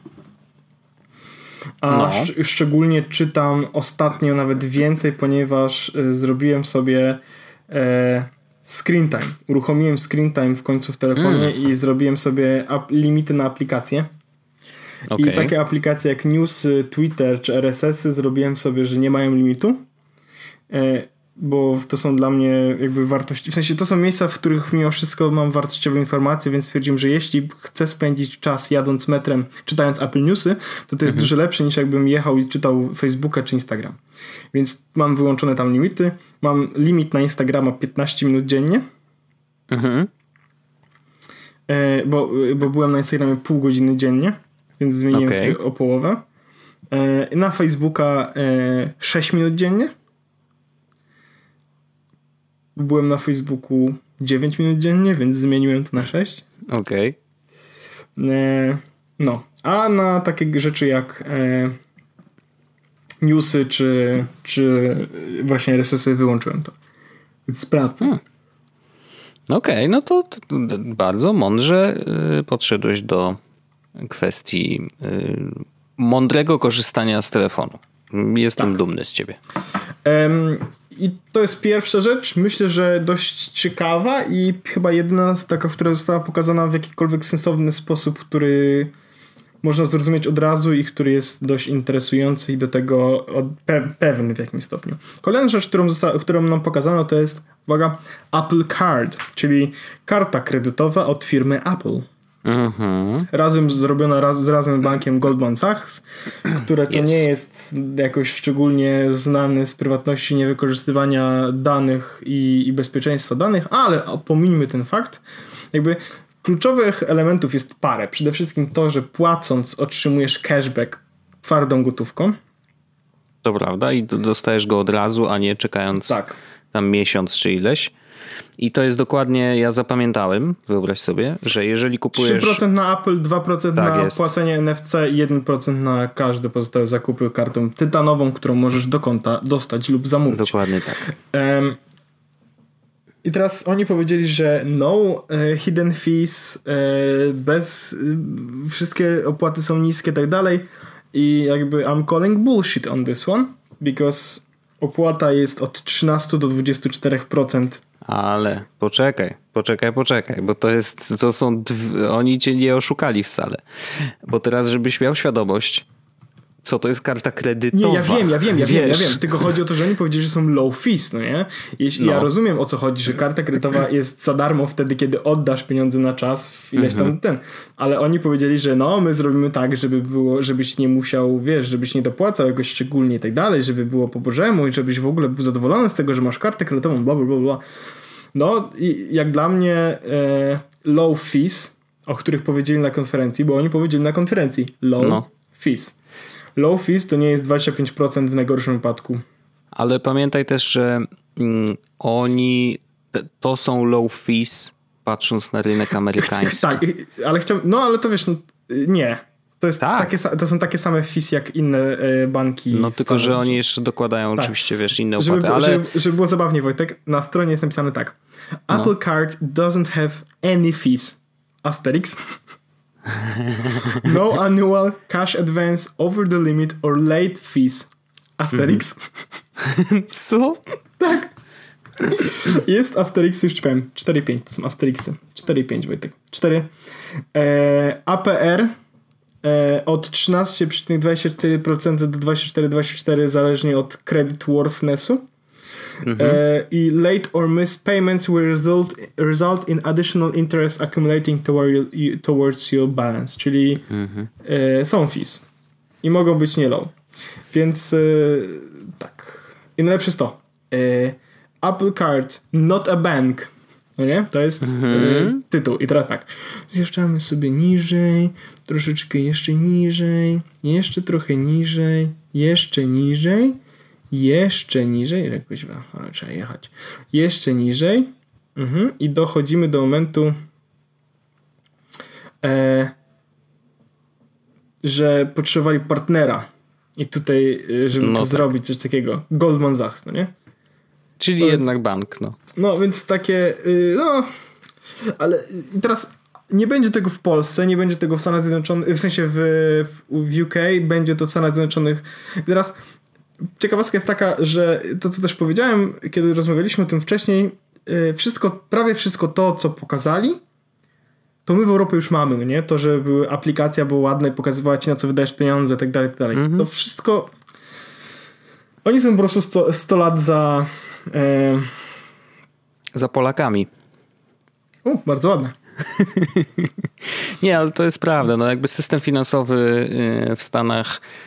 A No. szcz- szczególnie czytam ostatnio nawet więcej, ponieważ e, zrobiłem sobie e, screen time. Uruchomiłem screen time w końcu w telefonie Mm. i zrobiłem sobie ap- limity na aplikacje. Okej. I takie aplikacje jak Newsy, Twitter czy R S S y zrobiłem sobie, że nie mają limitu, e, bo to są dla mnie jakby wartości, w sensie to są miejsca, w których mimo wszystko mam wartościowe informacje, więc stwierdziłem, że jeśli chcę spędzić czas jadąc metrem, czytając Apple Newsy, to to jest dużo lepsze niż jakbym jechał i czytał Facebooka czy Instagram. Więc mam wyłączone tam limity. Mam limit na Instagrama piętnaście minut dziennie, Mhm. e, bo, bo byłem na Instagramie pół godziny dziennie, więc zmieniłem Okay. sobie o połowę. E, na Facebooka e, sześć minut dziennie. Byłem na Facebooku dziewięć minut dziennie, więc zmieniłem to na sześć. Okej. Okay. E, no. A na takie rzeczy jak e, newsy czy, czy właśnie R S S-y wyłączyłem to. Więc sprawdzę. Hmm. Okej, okay, no to, to bardzo mądrze y, podszedłeś do kwestii y, mądrego korzystania z telefonu. Jestem tak. dumny z ciebie. Um, I to jest pierwsza rzecz. Myślę, że dość ciekawa i chyba jedyna taka, która została pokazana w jakikolwiek sensowny sposób, który można zrozumieć od razu i który jest dość interesujący i do tego pe- pewny w jakimś stopniu. Kolejna rzecz, którą, zosta- którą nam pokazano, to jest, uwaga, Apple Card, czyli karta kredytowa od firmy Apple. Mhm. Razem zrobiona raz, z razem bankiem Goldman Sachs, które to yes. nie jest jakoś szczególnie znane z prywatności, niewykorzystywania danych i, i bezpieczeństwa danych, ale pomińmy ten fakt. Jakby kluczowych elementów jest parę. Przede wszystkim to, że płacąc otrzymujesz cashback twardą gotówką. To prawda i dostajesz go od razu, a nie czekając tak. tam miesiąc czy ileś. I to jest dokładnie, ja zapamiętałem, wyobraź sobie, że jeżeli kupujesz... trzy procent na Apple, dwa procent tak na jest. Płacenie N F C i jeden procent na każde pozostałe zakupy kartą tytanową, którą możesz do konta dostać lub zamówić. Dokładnie tak. Um, I teraz oni powiedzieli, że no uh, hidden fees, uh, bez uh, wszystkie opłaty są niskie i tak dalej i jakby I'm calling bullshit on this one, because opłata jest od trzynaście do dwudziestu czterech procent. Ale poczekaj, poczekaj, poczekaj, bo to jest, to są, dw- oni cię nie oszukali wcale. Bo teraz, żebyś miał świadomość, co to jest karta kredytowa. Nie, ja wiem, ja wiem, ja wiem, ja wiem. Tylko chodzi o to, że oni powiedzieli, że są low fees, no nie? Jeśli, no. Ja rozumiem, o co chodzi, że karta kredytowa jest za darmo wtedy, kiedy oddasz pieniądze na czas w ileś tam mhm. ten. Ale oni powiedzieli, że no, my zrobimy tak, żeby było, żebyś nie musiał, wiesz, żebyś nie dopłacał jakoś szczególnie i tak dalej, żeby było po bożemu i żebyś w ogóle był zadowolony z tego, że masz kartę kredytową, bla, bla, bla, bla. No, i jak dla mnie e, low fees, o których powiedzieli na konferencji, bo oni powiedzieli na konferencji low no. fees. Low fees to nie jest dwadzieścia pięć procent w najgorszym wypadku. Ale pamiętaj też, że mm, oni to są low fees patrząc na rynek amerykański. Tak, ale chciałbym, no ale to wiesz, no, nie. To, jest tak. takie, to są takie same fees jak inne e, banki. No tylko, że oni jeszcze dokładają tak. oczywiście, wiesz, inne opłaty. Żeby, ale... żeby, żeby było zabawnie, Wojtek, na stronie jest napisane tak. Apple no. Card doesn't have any fees. Asterix. No annual cash advance over the limit or late fees. Asterix. Co? Tak. Jest Asterix, już ci powiem. cztery pięć to są Asterixy. cztery pięć, Wojtek. cztery. E, A P R e, od trzynaście przecinek dwadzieścia cztery procent do dwadzieścia cztery przecinek dwadzieścia cztery procent zależnie od creditworthinessu. Mhm. E, I late or missed payments will result, result in additional interest accumulating toward your, towards your balance. Czyli mhm. e, są fees. I mogą być nie low. Więc e, tak. I najlepsze jest to. E, Apple Card, not a bank. No nie? To jest mhm. e, tytuł. I teraz tak. Zjeżdżamy sobie niżej. Troszeczkę jeszcze niżej. Jeszcze trochę niżej. Jeszcze niżej. Jeszcze niżej, jak kuźwa, ale trzeba jechać. Jeszcze niżej mhm. i dochodzimy do momentu, e, że potrzebowali partnera i tutaj, żeby no to tak. zrobić, coś takiego. Goldman Sachs, no nie? Czyli to jednak więc, bank, no. No więc takie, y, no, ale y, teraz nie będzie tego w Polsce, nie będzie tego w Stanach Zjednoczonych, w sensie w, w U K, będzie to w Stanach Zjednoczonych. I teraz ciekawostka jest taka, że to, co też powiedziałem, kiedy rozmawialiśmy o tym wcześniej, wszystko, prawie wszystko to, co pokazali, to my w Europie już mamy, no nie? To, że były, aplikacja była ładna i pokazywała ci, na co wydajesz pieniądze, tak dalej, tak dalej. Mm-hmm. To wszystko... Oni są po prostu sto, sto lat za... E... Za Polakami. U, bardzo ładne. Nie, ale to jest prawda. No jakby system finansowy w Stanach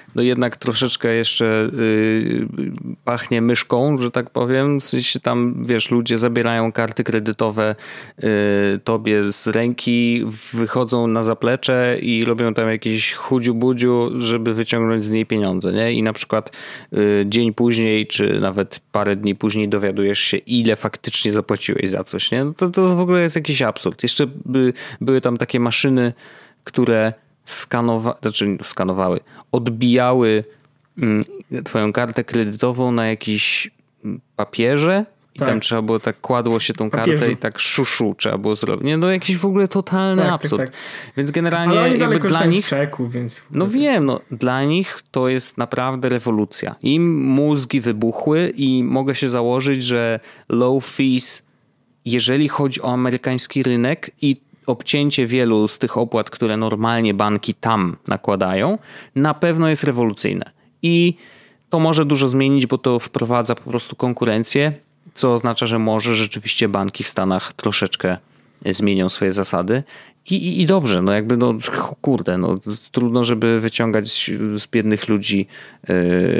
no jednak troszeczkę jeszcze yy, pachnie myszką, że tak powiem. W sensie tam, wiesz, ludzie zabierają karty kredytowe yy, tobie z ręki, wychodzą na zaplecze i robią tam jakiś chudziu-budziu, żeby wyciągnąć z niej pieniądze, nie? I na przykład yy, dzień później, czy nawet parę dni później dowiadujesz się, ile faktycznie zapłaciłeś za coś, nie? No to, to w ogóle jest jakiś absurd. Jeszcze by, były tam takie maszyny, które skanowa- znaczy skanowały, odbijały mm, twoją kartę kredytową na jakiś papierze i tak. tam trzeba było tak, kładło się tą Papieżu. kartę i tak szuszu trzeba było zrobić. Nie, no jakiś w ogóle totalny tak, absurd. Tak, tak. Więc generalnie ale oni dalej jakby dla nich... z czeków, więc... No wiem, no dla nich to jest naprawdę rewolucja. Im mózgi wybuchły i mogę się założyć, że low fees, jeżeli chodzi o amerykański rynek i obcięcie wielu z tych opłat, które normalnie banki tam nakładają, na pewno jest rewolucyjne. I to może dużo zmienić, bo to wprowadza po prostu konkurencję, co oznacza, że może rzeczywiście banki w Stanach troszeczkę zmienią swoje zasady. I, i, i dobrze, no jakby no kurde, no trudno, żeby wyciągać z biednych ludzi yy,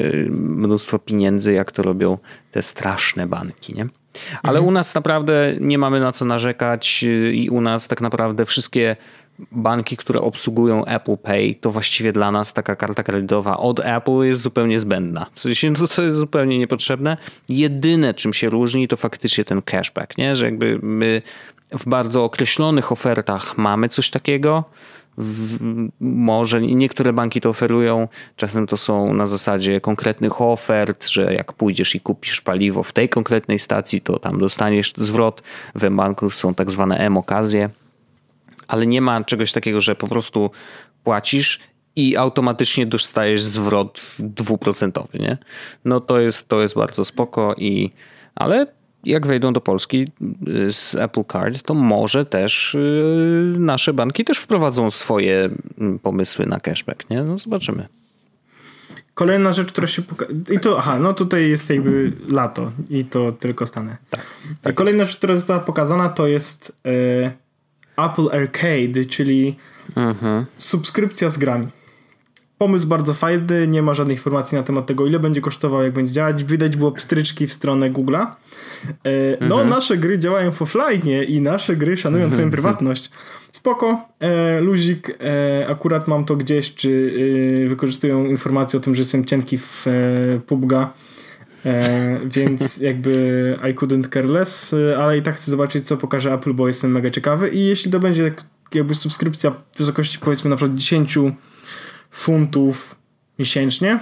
mnóstwo pieniędzy, jak to robią te straszne banki, nie? Ale u nas naprawdę nie mamy na co narzekać i u nas tak naprawdę wszystkie banki, które obsługują Apple Pay, to właściwie dla nas taka karta kredytowa od Apple jest zupełnie zbędna. W sensie no to jest zupełnie niepotrzebne. Jedyne czym się różni to faktycznie ten cashback, nie? Że jakby my w bardzo określonych ofertach mamy coś takiego. W, może niektóre banki to oferują, czasem to są na zasadzie konkretnych ofert, że jak pójdziesz i kupisz paliwo w tej konkretnej stacji, to tam dostaniesz zwrot. W M-Banku są tak zwane M-okazje, ale nie ma czegoś takiego, że po prostu płacisz i automatycznie dostajesz zwrot dwuprocentowy, nie? No to jest, to jest bardzo spoko i ale jak wejdą do Polski z Apple Card, to może też nasze banki też wprowadzą swoje pomysły na cashback, nie? No zobaczymy. Kolejna rzecz, która się pokaże. I to, aha, no tutaj jest jakby lato i to tylko Stany. Tak, tak Kolejna jest. rzecz, która została pokazana, to jest e, Apple Arcade, czyli mhm. subskrypcja z grami. Pomysł bardzo fajny, nie ma żadnych informacji na temat tego, ile będzie kosztował, jak będzie działać. Widać było pstryczki w stronę Google'a. E, no, mhm. nasze gry działają w offline i nasze gry szanują mhm. twoją prywatność. Spoko, e, luzik, e, akurat mam to gdzieś, czy e, wykorzystują informacje o tym, że jestem cienki w e, P U B G, e, więc jakby I couldn't care less, ale i tak chcę zobaczyć, co pokaże Apple, bo jestem mega ciekawy i jeśli to będzie jakby subskrypcja w wysokości powiedzmy na przykład dziesięć funtów miesięcznie.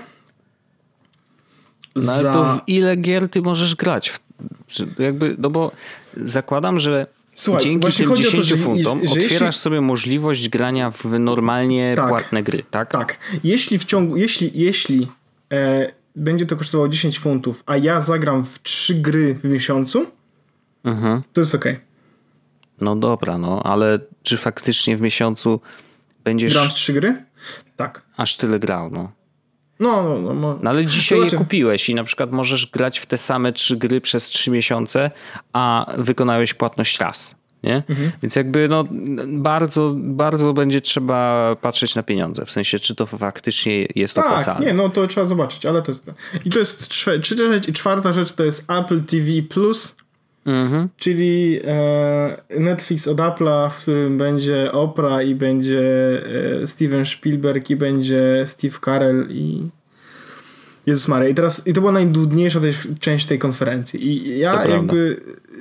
No ale za... to w ile gier ty możesz grać? Jakby, no bo zakładam, że Słuchaj, dzięki tym dziesięciu funtom że, że otwierasz jeśli... sobie możliwość grania w normalnie tak, płatne gry, tak? Tak. Jeśli w ciągu, jeśli, jeśli e, będzie to kosztowało dziesięć funtów, a ja zagram w trzy gry w miesiącu, mhm. to jest okej. Okay. No dobra, no, ale czy faktycznie w miesiącu będziesz... Gram w trzy gry? Tak. Aż tyle grał, no. No, no, no, no. no ale dzisiaj je kupiłeś i na przykład możesz grać w te same trzy gry przez trzy miesiące, a wykonałeś płatność raz, nie? Mhm. Więc jakby no bardzo, bardzo będzie trzeba patrzeć na pieniądze, w sensie czy to faktycznie jest tak, opłacalne. Tak, nie, no to trzeba zobaczyć, ale to jest... I to jest trzecia rzecz i czwarta rzecz to jest Apple T V Plus, mhm. czyli e, Netflix od Apple'a, w którym będzie Oprah i będzie e, Steven Spielberg i będzie Steve Carell i Jezus Maria. I teraz i to była najdudniejsza tej, część tej konferencji. I ja to jakby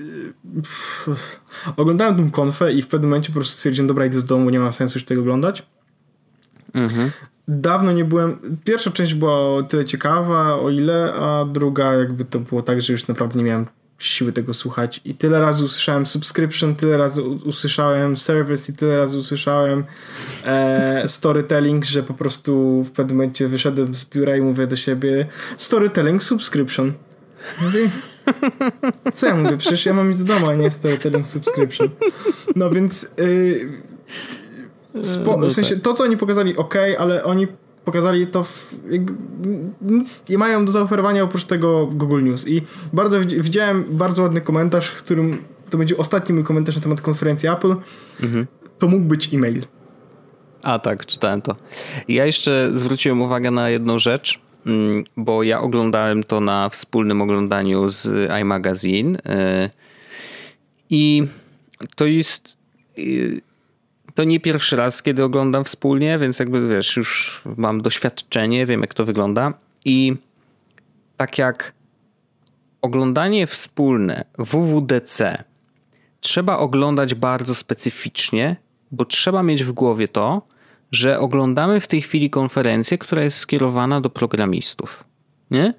pff, oglądałem tę konfę i w pewnym momencie po prostu stwierdziłem, dobra, idę z domu, nie ma sensu już tego oglądać. Mhm. Dawno nie byłem... Pierwsza część była o tyle ciekawa, o ile, a druga jakby to było tak, że już naprawdę nie miałem siły tego słuchać i tyle razy usłyszałem subscription, tyle razy usłyszałem service i tyle razy usłyszałem e, storytelling, że po prostu w pewnym momencie wyszedłem z biura i mówię do siebie storytelling subscription. Mówię, co ja mówię? Przecież ja mam iść do domu, a nie storytelling subscription. No więc yy, spo, w sensie to, co oni pokazali, ok, ale oni pokazali to w, jakby nic nie mają do zaoferowania oprócz tego Google News i bardzo widziałem bardzo ładny komentarz, w którym to będzie ostatni mój komentarz na temat konferencji Apple. Mhm. To mógł być e-mail. A tak, czytałem to. Ja jeszcze zwróciłem uwagę na jedną rzecz, bo ja oglądałem to na wspólnym oglądaniu z iMagazine i to jest... To nie pierwszy raz, kiedy oglądam wspólnie, więc jakby wiesz, już mam doświadczenie, wiem jak to wygląda i tak jak oglądanie wspólne W W D C trzeba oglądać bardzo specyficznie, bo trzeba mieć w głowie to, że oglądamy w tej chwili konferencję, która jest skierowana do programistów. Nie?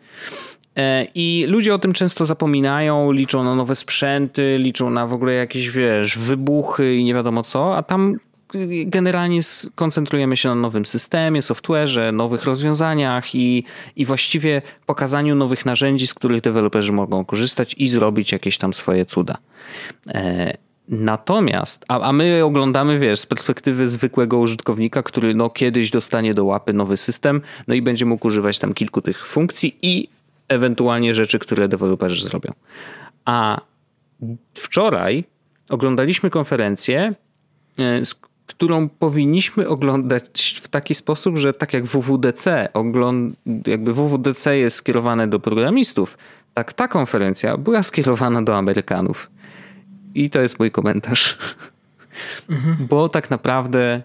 I ludzie o tym często zapominają, liczą na nowe sprzęty, liczą na w ogóle jakieś, wiesz, wybuchy i nie wiadomo co, a tam generalnie koncentrujemy się na nowym systemie, software'ze, nowych rozwiązaniach i, i właściwie pokazaniu nowych narzędzi, z których deweloperzy mogą korzystać i zrobić jakieś tam swoje cuda. E, natomiast, a, a my oglądamy, wiesz, z perspektywy zwykłego użytkownika, który no kiedyś dostanie do łapy nowy system, no i będzie mógł używać tam kilku tych funkcji i ewentualnie rzeczy, które deweloperzy zrobią. A wczoraj oglądaliśmy konferencję, z którą powinniśmy oglądać w taki sposób, że tak jak W W D C, ogląd- jakby W W D C jest skierowane do programistów, tak ta konferencja była skierowana do Amerykanów. I to jest mój komentarz. Mhm. Bo tak naprawdę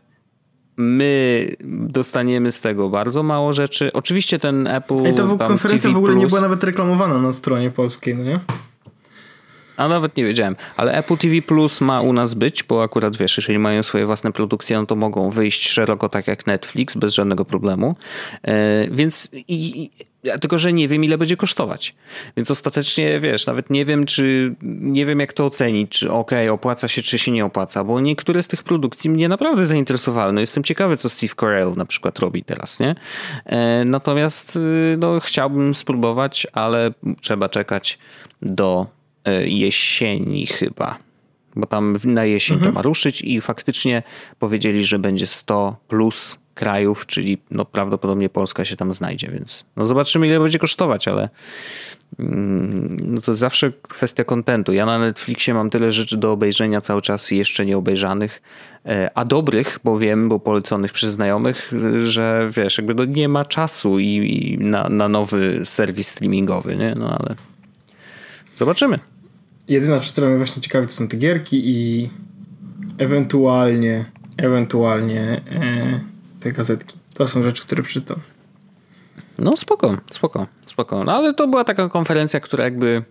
my dostaniemy z tego bardzo mało rzeczy. Oczywiście ten Apple... I ta konferencja T V w ogóle Plus, nie była nawet reklamowana na stronie polskiej, no nie? A nawet nie wiedziałem. Ale Apple T V Plus ma u nas być, bo akurat wiesz, jeżeli mają swoje własne produkcje, no to mogą wyjść szeroko tak jak Netflix, bez żadnego problemu. E, więc i, i, tylko, że nie wiem ile będzie kosztować. Więc ostatecznie wiesz, nawet nie wiem, czy nie wiem jak to ocenić, czy okej, okay, opłaca się, czy się nie opłaca, bo niektóre z tych produkcji mnie naprawdę zainteresowały. No jestem ciekawy, co Steve Carell na przykład robi teraz, nie? E, natomiast no, chciałbym spróbować, ale trzeba czekać do jesieni chyba, bo tam na jesień mhm. to ma ruszyć i faktycznie powiedzieli, że będzie sto plus krajów, czyli no prawdopodobnie Polska się tam znajdzie, więc no zobaczymy ile będzie kosztować, ale no to zawsze kwestia kontentu. Ja na Netflixie mam tyle rzeczy do obejrzenia cały czas jeszcze nie obejrzanych, a dobrych, bo wiem, bo poleconych przez znajomych, że wiesz, jakby no nie ma czasu i, i na, na nowy serwis streamingowy, nie? No ale zobaczymy. Jedyna rzecz, która mnie właśnie ciekawi, to są te gierki i ewentualnie ewentualnie e, te gazetki. To są rzeczy, które przeczytam. No spoko, spoko, spoko. No ale to była taka konferencja, która jakby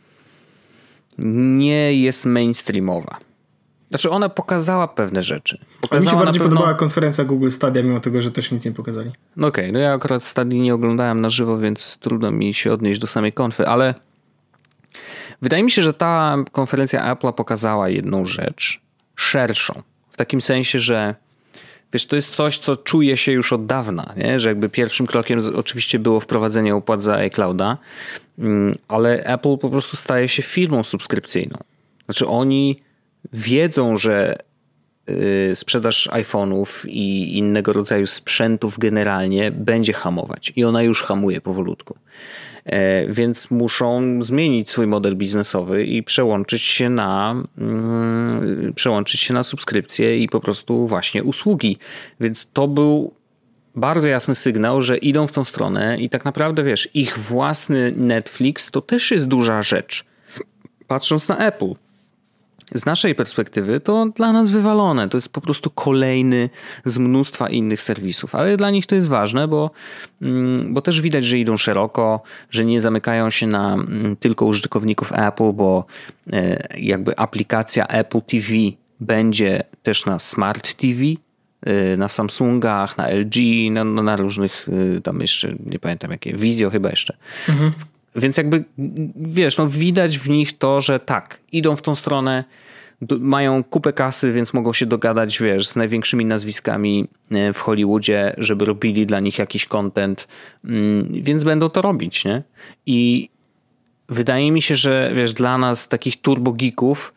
nie jest mainstreamowa. Znaczy ona pokazała pewne rzeczy. Pokazała mi się bardziej pewno... podobała konferencja Google Stadia, mimo tego, że też nic nie pokazali. No okej, okay, no ja akurat Stadii nie oglądałem na żywo, więc trudno mi się odnieść do samej konfy, ale wydaje mi się, że ta konferencja Apple'a pokazała jedną rzecz szerszą. W takim sensie, że wiesz, to jest coś, co czuje się już od dawna, nie? Że jakby pierwszym krokiem oczywiście było wprowadzenie opłat za iClouda, ale Apple po prostu staje się firmą subskrypcyjną. Znaczy oni wiedzą, że sprzedaż iPhone'ów i innego rodzaju sprzętów generalnie będzie hamować i ona już hamuje powolutku. Więc muszą zmienić swój model biznesowy i przełączyć się na mm, przełączyć się na subskrypcje i po prostu właśnie usługi. Więc to był bardzo jasny sygnał, że idą w tą stronę i tak naprawdę wiesz, ich własny Netflix to też jest duża rzecz. Patrząc na Apple. Z naszej perspektywy to dla nas wywalone. To jest po prostu kolejny z mnóstwa innych serwisów. Ale dla nich to jest ważne, bo, bo też widać, że idą szeroko, że nie zamykają się na tylko użytkowników Apple, bo jakby aplikacja Apple T V będzie też na Smart T V, na Samsungach, na L G, na, na różnych tam jeszcze, nie pamiętam jakie, Vizio chyba jeszcze. Mhm. Więc jakby, wiesz, no widać w nich to, że tak, idą w tą stronę, mają kupę kasy, więc mogą się dogadać, wiesz, z największymi nazwiskami w Hollywoodzie, żeby robili dla nich jakiś content, więc będą to robić, nie? I wydaje mi się, że wiesz, dla nas takich turbogeeków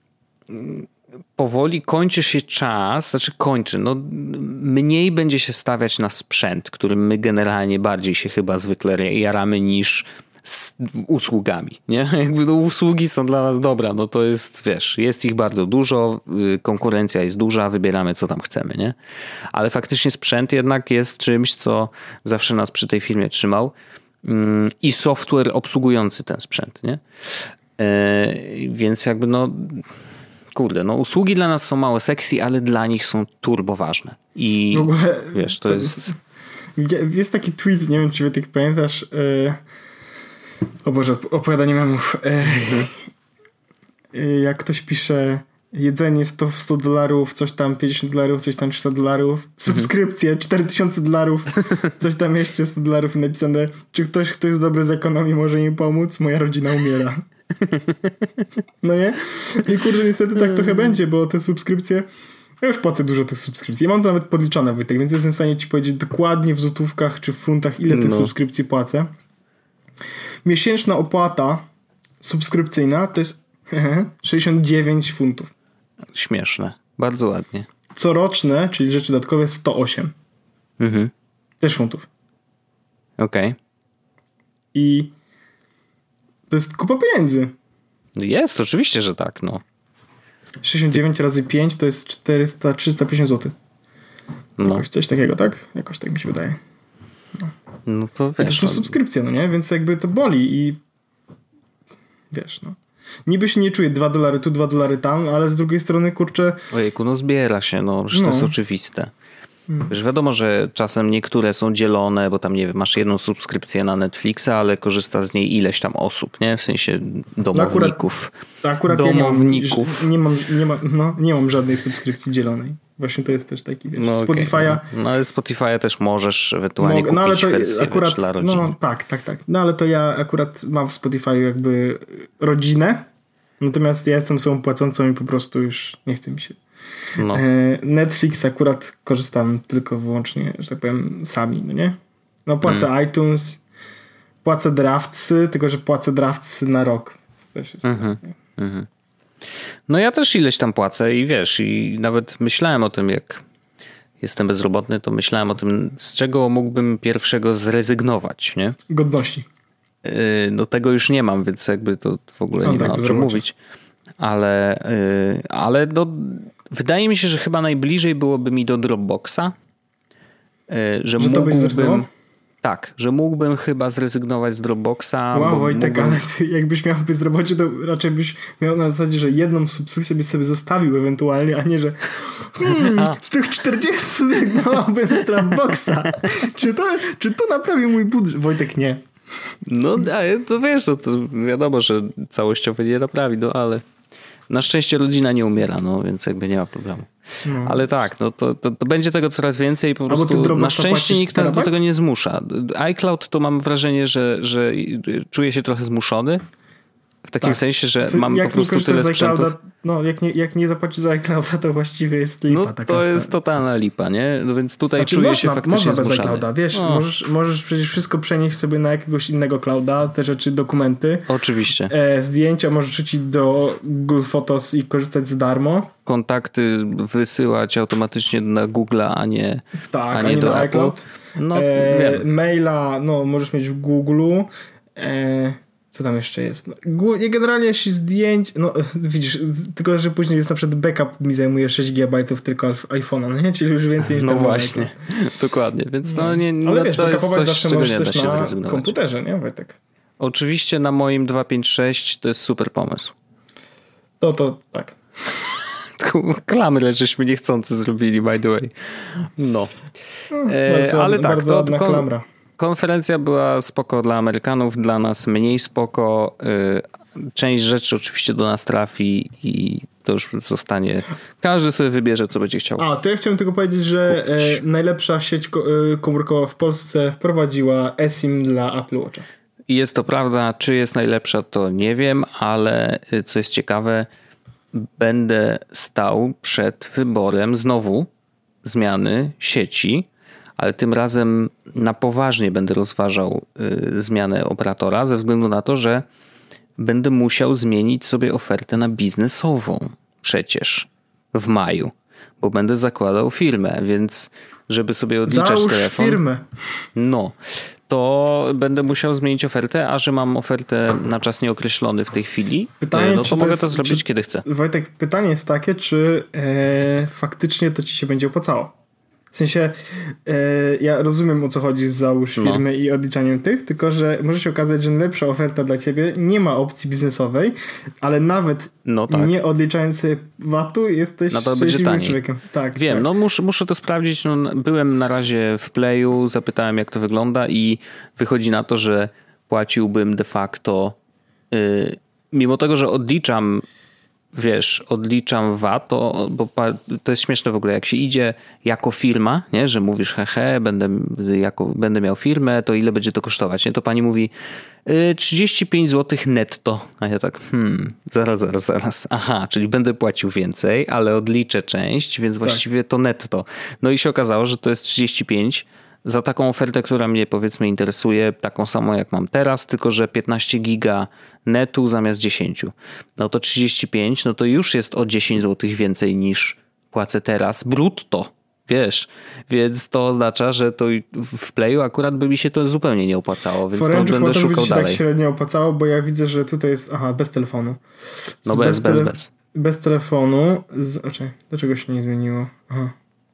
powoli kończy się czas, znaczy kończy, no mniej będzie się stawiać na sprzęt, którym my generalnie bardziej się chyba zwykle jaramy niż z usługami, nie? Jakby no, usługi są dla nas dobra, no to jest, wiesz, jest ich bardzo dużo, konkurencja jest duża, wybieramy co tam chcemy, nie? Ale faktycznie sprzęt jednak jest czymś, co zawsze nas przy tej firmie trzymał i software obsługujący ten sprzęt, nie? Więc jakby no kurde, no usługi dla nas są mało sexy, ale dla nich są turbo ważne. I w ogóle, wiesz, to, to jest... Jest taki tweet, nie wiem czy Wojtek pamiętasz, yy... o Boże, opowiadanie memów. Yy... Jak ktoś pisze jedzenie sto dolarów, coś tam pięćdziesiąt dolarów, coś tam trzysta dolarów, subskrypcje cztery tysiące dolarów, coś tam jeszcze sto dolarów i napisane, czy ktoś, kto jest dobry z ekonomii może mi pomóc? Moja rodzina umiera. No nie? I kurczę, niestety tak trochę będzie, bo te subskrypcje, ja już płacę dużo tych subskrypcji. Ja mam to nawet podliczone, Wojtek, więc jestem w stanie ci powiedzieć dokładnie w złotówkach czy w funtach, ile tych no. subskrypcji płacę. Miesięczna opłata subskrypcyjna to jest sześćdziesiąt dziewięć funtów. Śmieszne. Bardzo ładnie. Coroczne, czyli rzeczy dodatkowe, sto osiem. Mhm. Też funtów. Okej. Okay. I to jest kupa pieniędzy. Jest, oczywiście, że tak, no. sześćdziesiąt dziewięć razy pięć to jest czterysta, trzysta pięćdziesiąt złotych. No. Jakoś coś takiego, tak? Jakoś tak mi się wydaje. No, no to wiesz. To są subskrypcje, no nie? Więc jakby to boli i wiesz, no. Niby się nie czuje dwa dolary tu, dwa dolary tam, ale z drugiej strony, kurczę... Ojejku, no zbiera się, no przecież no. to jest oczywiste. Hmm. Wiesz, wiadomo, że czasem niektóre są dzielone, bo tam, nie wiem, masz jedną subskrypcję na Netflixa, ale korzysta z niej ileś tam osób, nie? W sensie domowników. No akurat, akurat domowników. Ja nie mam, nie, mam, no, nie mam żadnej subskrypcji dzielonej. Właśnie to jest też taki, wiesz, no, Spotify'a... Okay, no. no ale Spotify'a też możesz ewentualnie Mogę, kupić no, ale to wersję akurat, wiesz, dla rodziny. No tak, tak, tak. No ale to ja akurat mam w Spotify'u jakby rodzinę, natomiast ja jestem osobą płacącą i po prostu już nie chce mi się. No. Netflix akurat korzystam tylko wyłącznie, że tak powiem, sami, no nie? No płacę mm. iTunes, płacę Draftsy, tylko że płacę Draftsy na rok. To też jest mm-hmm. tak, mm-hmm. No ja też ileś tam płacę i wiesz, i nawet myślałem o tym, jak jestem bezrobotny, to myślałem o tym, z czego mógłbym pierwszego zrezygnować, nie? Godności. Yy, no tego już nie mam, więc jakby to w ogóle no, nie tak, ma o czym mówić. Ale, yy, ale no, wydaje mi się, że chyba najbliżej byłoby mi do Dropboxa, yy, że, że mógłbym... Tak, że mógłbym chyba zrezygnować z Dropboxa. Wow, Wojtek, mógłbym... ale ty jakbyś miał bezrobocie, to raczej byś miał na zasadzie, że jedną subskrypcję byś sobie zostawił ewentualnie, a nie, że hmm, z tych czterdziestu zrezygnowałbym z Dropboxa. czy, to, czy to naprawi mój budżet? Wojtek, nie. No, to wiesz, no, to wiadomo, że całościowo nie naprawi, no ale na szczęście rodzina nie umiera, no więc jakby nie ma problemu. No. Ale tak, no to, to, to będzie tego coraz więcej i po prostu na szczęście nikt nas do tego nie zmusza. iCloud to mam wrażenie, że, że czuję się trochę zmuszony. W takim tak. sensie, że Co, mam po prostu tyle sprzętów. No, jak nie, jak nie zapłacisz za iClouda, to właściwie jest lipa. No taka to jest stara. Totalna lipa, nie? No więc tutaj znaczy, czuję można, się faktycznie można bez zmuszany. iClouda, wiesz, możesz, możesz przecież wszystko przenieść sobie na jakiegoś innego clouda, te rzeczy, dokumenty. Oczywiście. E, zdjęcia możesz rzucić do Google Photos i korzystać za darmo. Kontakty wysyłać automatycznie na Google'a, a nie, tak, a nie, a nie do na iCloud. No, e, maila, no możesz mieć w Google'u. E, Co tam jeszcze jest? No, generalnie jeśli zdjęć, no widzisz, tylko że później jest na przykład backup mi zajmuje sześć gigabajtów tylko iPhone'a, no nie? Czyli już więcej niż no właśnie, dokładnie, więc no nie, nie ale wiesz, to jest coś, zawsze czego nie da też się na zrezygnować. Komputerze, nie Wojtek? Oczywiście na moim dwieście pięć sześć to jest super pomysł. To, to tak. Klamrę żeśmy niechcący zrobili, by the way. No. E, bardzo, ale tak, bardzo ładna kon- klamra. Konferencja była spoko dla Amerykanów, dla nas mniej spoko. Część rzeczy oczywiście do nas trafi i to już zostanie. Każdy sobie wybierze, co będzie chciał. A, to ja chciałem tylko powiedzieć, że e, najlepsza sieć komórkowa w Polsce wprowadziła eSIM dla Apple Watcha. I jest to prawda. Czy jest najlepsza, to nie wiem, ale co jest ciekawe, będę stał przed wyborem znowu zmiany sieci, ale tym razem na poważnie będę rozważał y, zmianę operatora ze względu na to, że będę musiał zmienić sobie ofertę na biznesową przecież w maju, bo będę zakładał firmę, więc żeby sobie odliczać Załóż telefon. firmę. No, to będę musiał zmienić ofertę, a że mam ofertę na czas nieokreślony w tej chwili, pytanie, no to to mogę jest, to zrobić czy, kiedy chcę. Wojtek, pytanie jest takie, czy e, faktycznie to ci się będzie opłacało? W sensie, e, ja rozumiem, o co chodzi z załóż firmy no. i odliczaniem tych, tylko że może się okazać, że najlepsza oferta dla ciebie nie ma opcji biznesowej, ale nawet no tak. nie odliczając V A T-u jesteś no to będzie taniej. człowiekiem. Tak, Wiem, tak. no muszę, muszę to sprawdzić. No, byłem na razie w Playu, zapytałem jak to wygląda i wychodzi na to, że płaciłbym de facto yy, mimo tego, że odliczam wiesz, odliczam V A T, to, bo to jest śmieszne w ogóle, jak się idzie jako firma, nie, że mówisz hehe, będę, jako, będę miał firmę, to ile będzie to kosztować, nie? To pani mówi y, trzydzieści pięć złotych netto, a ja tak hmm, zaraz, zaraz, zaraz, aha, czyli będę płacił więcej, ale odliczę część, więc tak. właściwie to netto. No i się okazało, że to jest trzydzieści pięć za taką ofertę, która mnie powiedzmy interesuje, taką samą jak mam teraz, tylko że piętnaście giga netu zamiast dziesięć. No to trzydzieści pięć, no to już jest o dziesięć złotych więcej niż płacę teraz brutto, wiesz. Więc to oznacza, że to w Playu akurat by mi się to zupełnie nie opłacało, więc to będę szukał dalej. Tak średnio opłacało, bo ja widzę, że tutaj jest, aha, bez telefonu. Z no bez, bez, bez, tele, bez. Bez telefonu, z, oczekaj, dlaczego się nie zmieniło? Aha.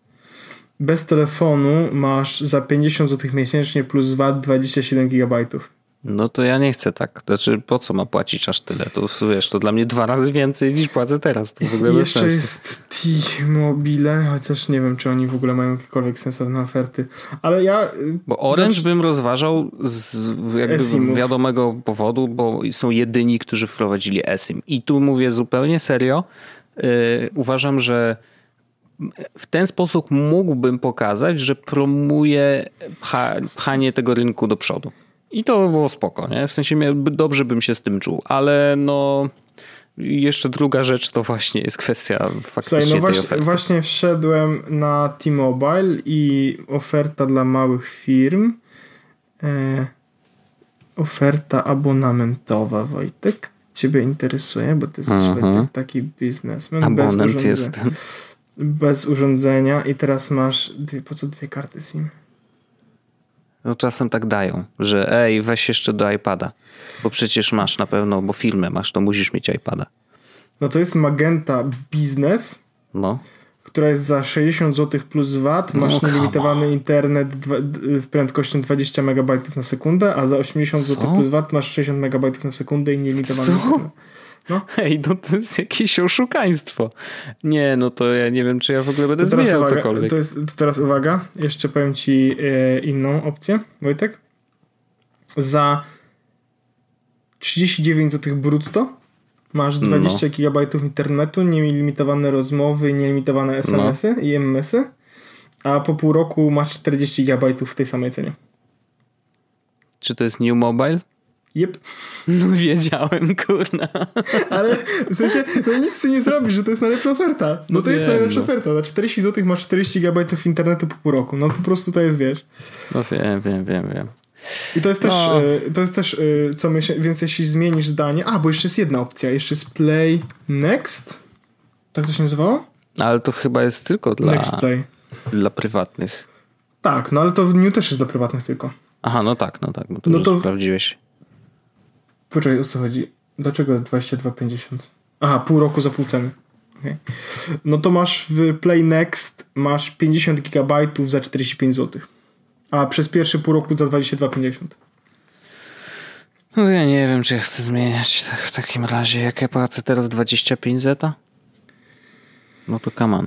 Bez telefonu masz za pięćdziesiąt złotych miesięcznie plus V A T dwadzieścia siedem gigabajtów. No to ja nie chcę tak. Znaczy po co ma płacić aż tyle? To wiesz, to dla mnie dwa razy więcej niż płacę teraz. To w ogóle bez Jeszcze sensu. jest T-Mobile, chociaż nie wiem, czy oni w ogóle mają jakiekolwiek sensowne oferty. Ale ja... Bo Orange zacz... bym rozważał z jakby esimów. Wiadomego powodu, bo są jedyni, którzy wprowadzili eSIM. I tu mówię zupełnie serio. Yy, uważam, że w ten sposób mógłbym pokazać, że promuję pcha, pchanie tego rynku do przodu. I to by było spoko, nie? W sensie dobrze bym się z tym czuł, ale no jeszcze druga rzecz to właśnie jest kwestia faktycznie Słuchaj, no tej właśnie, oferty. Właśnie wszedłem na T-Mobile i oferta dla małych firm. E, oferta abonamentowa, Wojtek. Ciebie interesuje, bo ty jesteś uh-huh. taki biznesmen. Abonent bez jestem. Bez urządzenia i teraz masz dwie, po co dwie karty SIM? No czasem tak dają, że ej, weź jeszcze do iPada, bo przecież masz na pewno, bo firmę masz, to musisz mieć iPada. No to jest Magenta Business, no. która jest za sześćdziesiąt złotych plus V A T, masz no, nielimitowany internet w prędkością dwadzieścia megabajtów na sekundę, a za osiemdziesiąt złotych plus V A T masz sześćdziesiąt megabajtów na sekundę i nielimitowany internet. No. Hej, no to jest jakieś oszukaństwo. Nie, no to ja nie wiem, czy ja w ogóle będę zmieniał uwaga, cokolwiek. To jest, to teraz uwaga, jeszcze powiem ci e, inną opcję, Wojtek. Za trzydzieści dziewięć złotych brutto masz dwadzieścia no. gigabajtów internetu, nielimitowane rozmowy, nielimitowane es em esy no. i em em esy, a po pół roku masz czterdzieści gigabajtów w tej samej cenie. Czy to jest New Mobile? Jep. No wiedziałem, kurna. Ale w sensie, no nic z tym nie zrobisz, że to jest najlepsza oferta. No, no to wiem, jest najlepsza no. oferta. Za czterdzieści złotych masz czterdzieści gigabajtów internetu po pół roku. No po prostu to jest, wiesz. No wiem, wiem, wiem, wiem. I to jest też, no. y, to jest też y, co myślę, więc jeśli zmienisz zdanie, a, bo jeszcze jest jedna opcja, jeszcze jest Play Next. Tak to się nazywało? Ale to chyba jest tylko dla, Next Play. Dla prywatnych. Tak, no ale to New też jest dla prywatnych tylko. Aha, no tak, no tak, bo to, no to sprawdziłeś. Poczekaj, o co chodzi? Dlaczego dwadzieścia dwa pięćdziesiąt? Aha, pół roku za pół ceny. Okay. No to masz w Play Next masz pięćdziesiąt gigabajtów za czterdzieści pięć złotych. A przez pierwszy pół roku za dwadzieścia dwa pięćdziesiąt. No ja nie wiem, czy ja chcę zmieniać tak, w takim razie. Jak ja płacę teraz dwadzieścia pięć zeta? No to come on.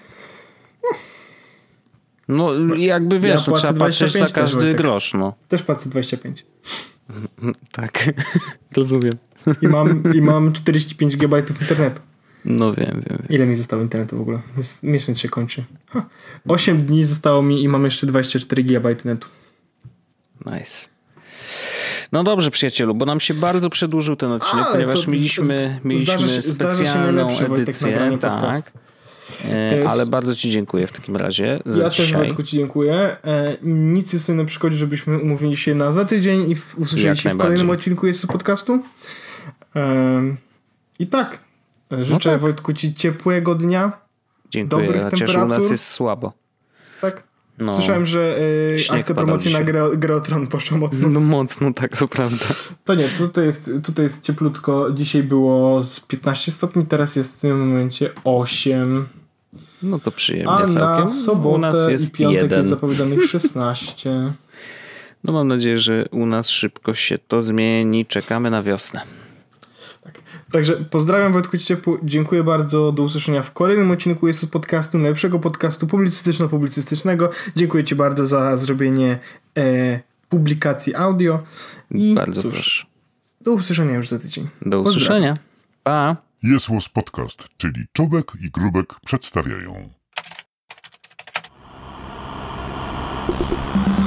No jakby wiesz, ja no, trzeba patrzeć na każdy też, grosz. No. Też płacę dwadzieścia pięć. Tak, rozumiem. I mam, I mam czterdzieści pięć gigabajtów internetu. No wiem, wiem, wiem. Ile mi zostało internetu w ogóle? Jest, miesiąc się kończy. Ha. osiem dni zostało mi i mam jeszcze dwadzieścia cztery gigabajty netu. Nice. No dobrze, przyjacielu, bo nam się bardzo przedłużył ten odcinek, A, ponieważ mieliśmy, z, mieliśmy się, specjalną edycję. Tak. E, ale bardzo ci dziękuję w takim razie za Ja dzisiaj. też, Wojtku, ci dziękuję. E, nic jest sobie na przeszkodzie, żebyśmy umówili się na za tydzień i w, usłyszeli się w kolejnym odcinku jest podcastu. E, I tak. Życzę, no tak. Wojtku, ci ciepłego dnia. Dziękuję, dobrych chociaż temperatur. u nas jest słabo. Tak. No, Słyszałem, że y, akcja promocyjna Gry o Tron poszła mocno. No mocno, tak, to prawda. To nie, tutaj jest, tutaj jest cieplutko. Dzisiaj było z piętnaście stopni, teraz jest w tym momencie osiem. No to przyjemnie A całkiem. na sobotę u nas jest i piątek jeden. Jest zapowiadanych szesnaście. No mam nadzieję, że u nas szybko się to zmieni. Czekamy na wiosnę. Tak. Także pozdrawiam Wojtku Ciepło. Dziękuję bardzo. Do usłyszenia w kolejnym odcinku jest podcastu, najlepszego podcastu publicystyczno-publicystycznego. Dziękuję Ci bardzo za zrobienie e, publikacji audio. I bardzo cóż, proszę. Do usłyszenia już za tydzień. Do usłyszenia. Pa. Jest Was Podcast, czyli Czubek i Grubek przedstawiają.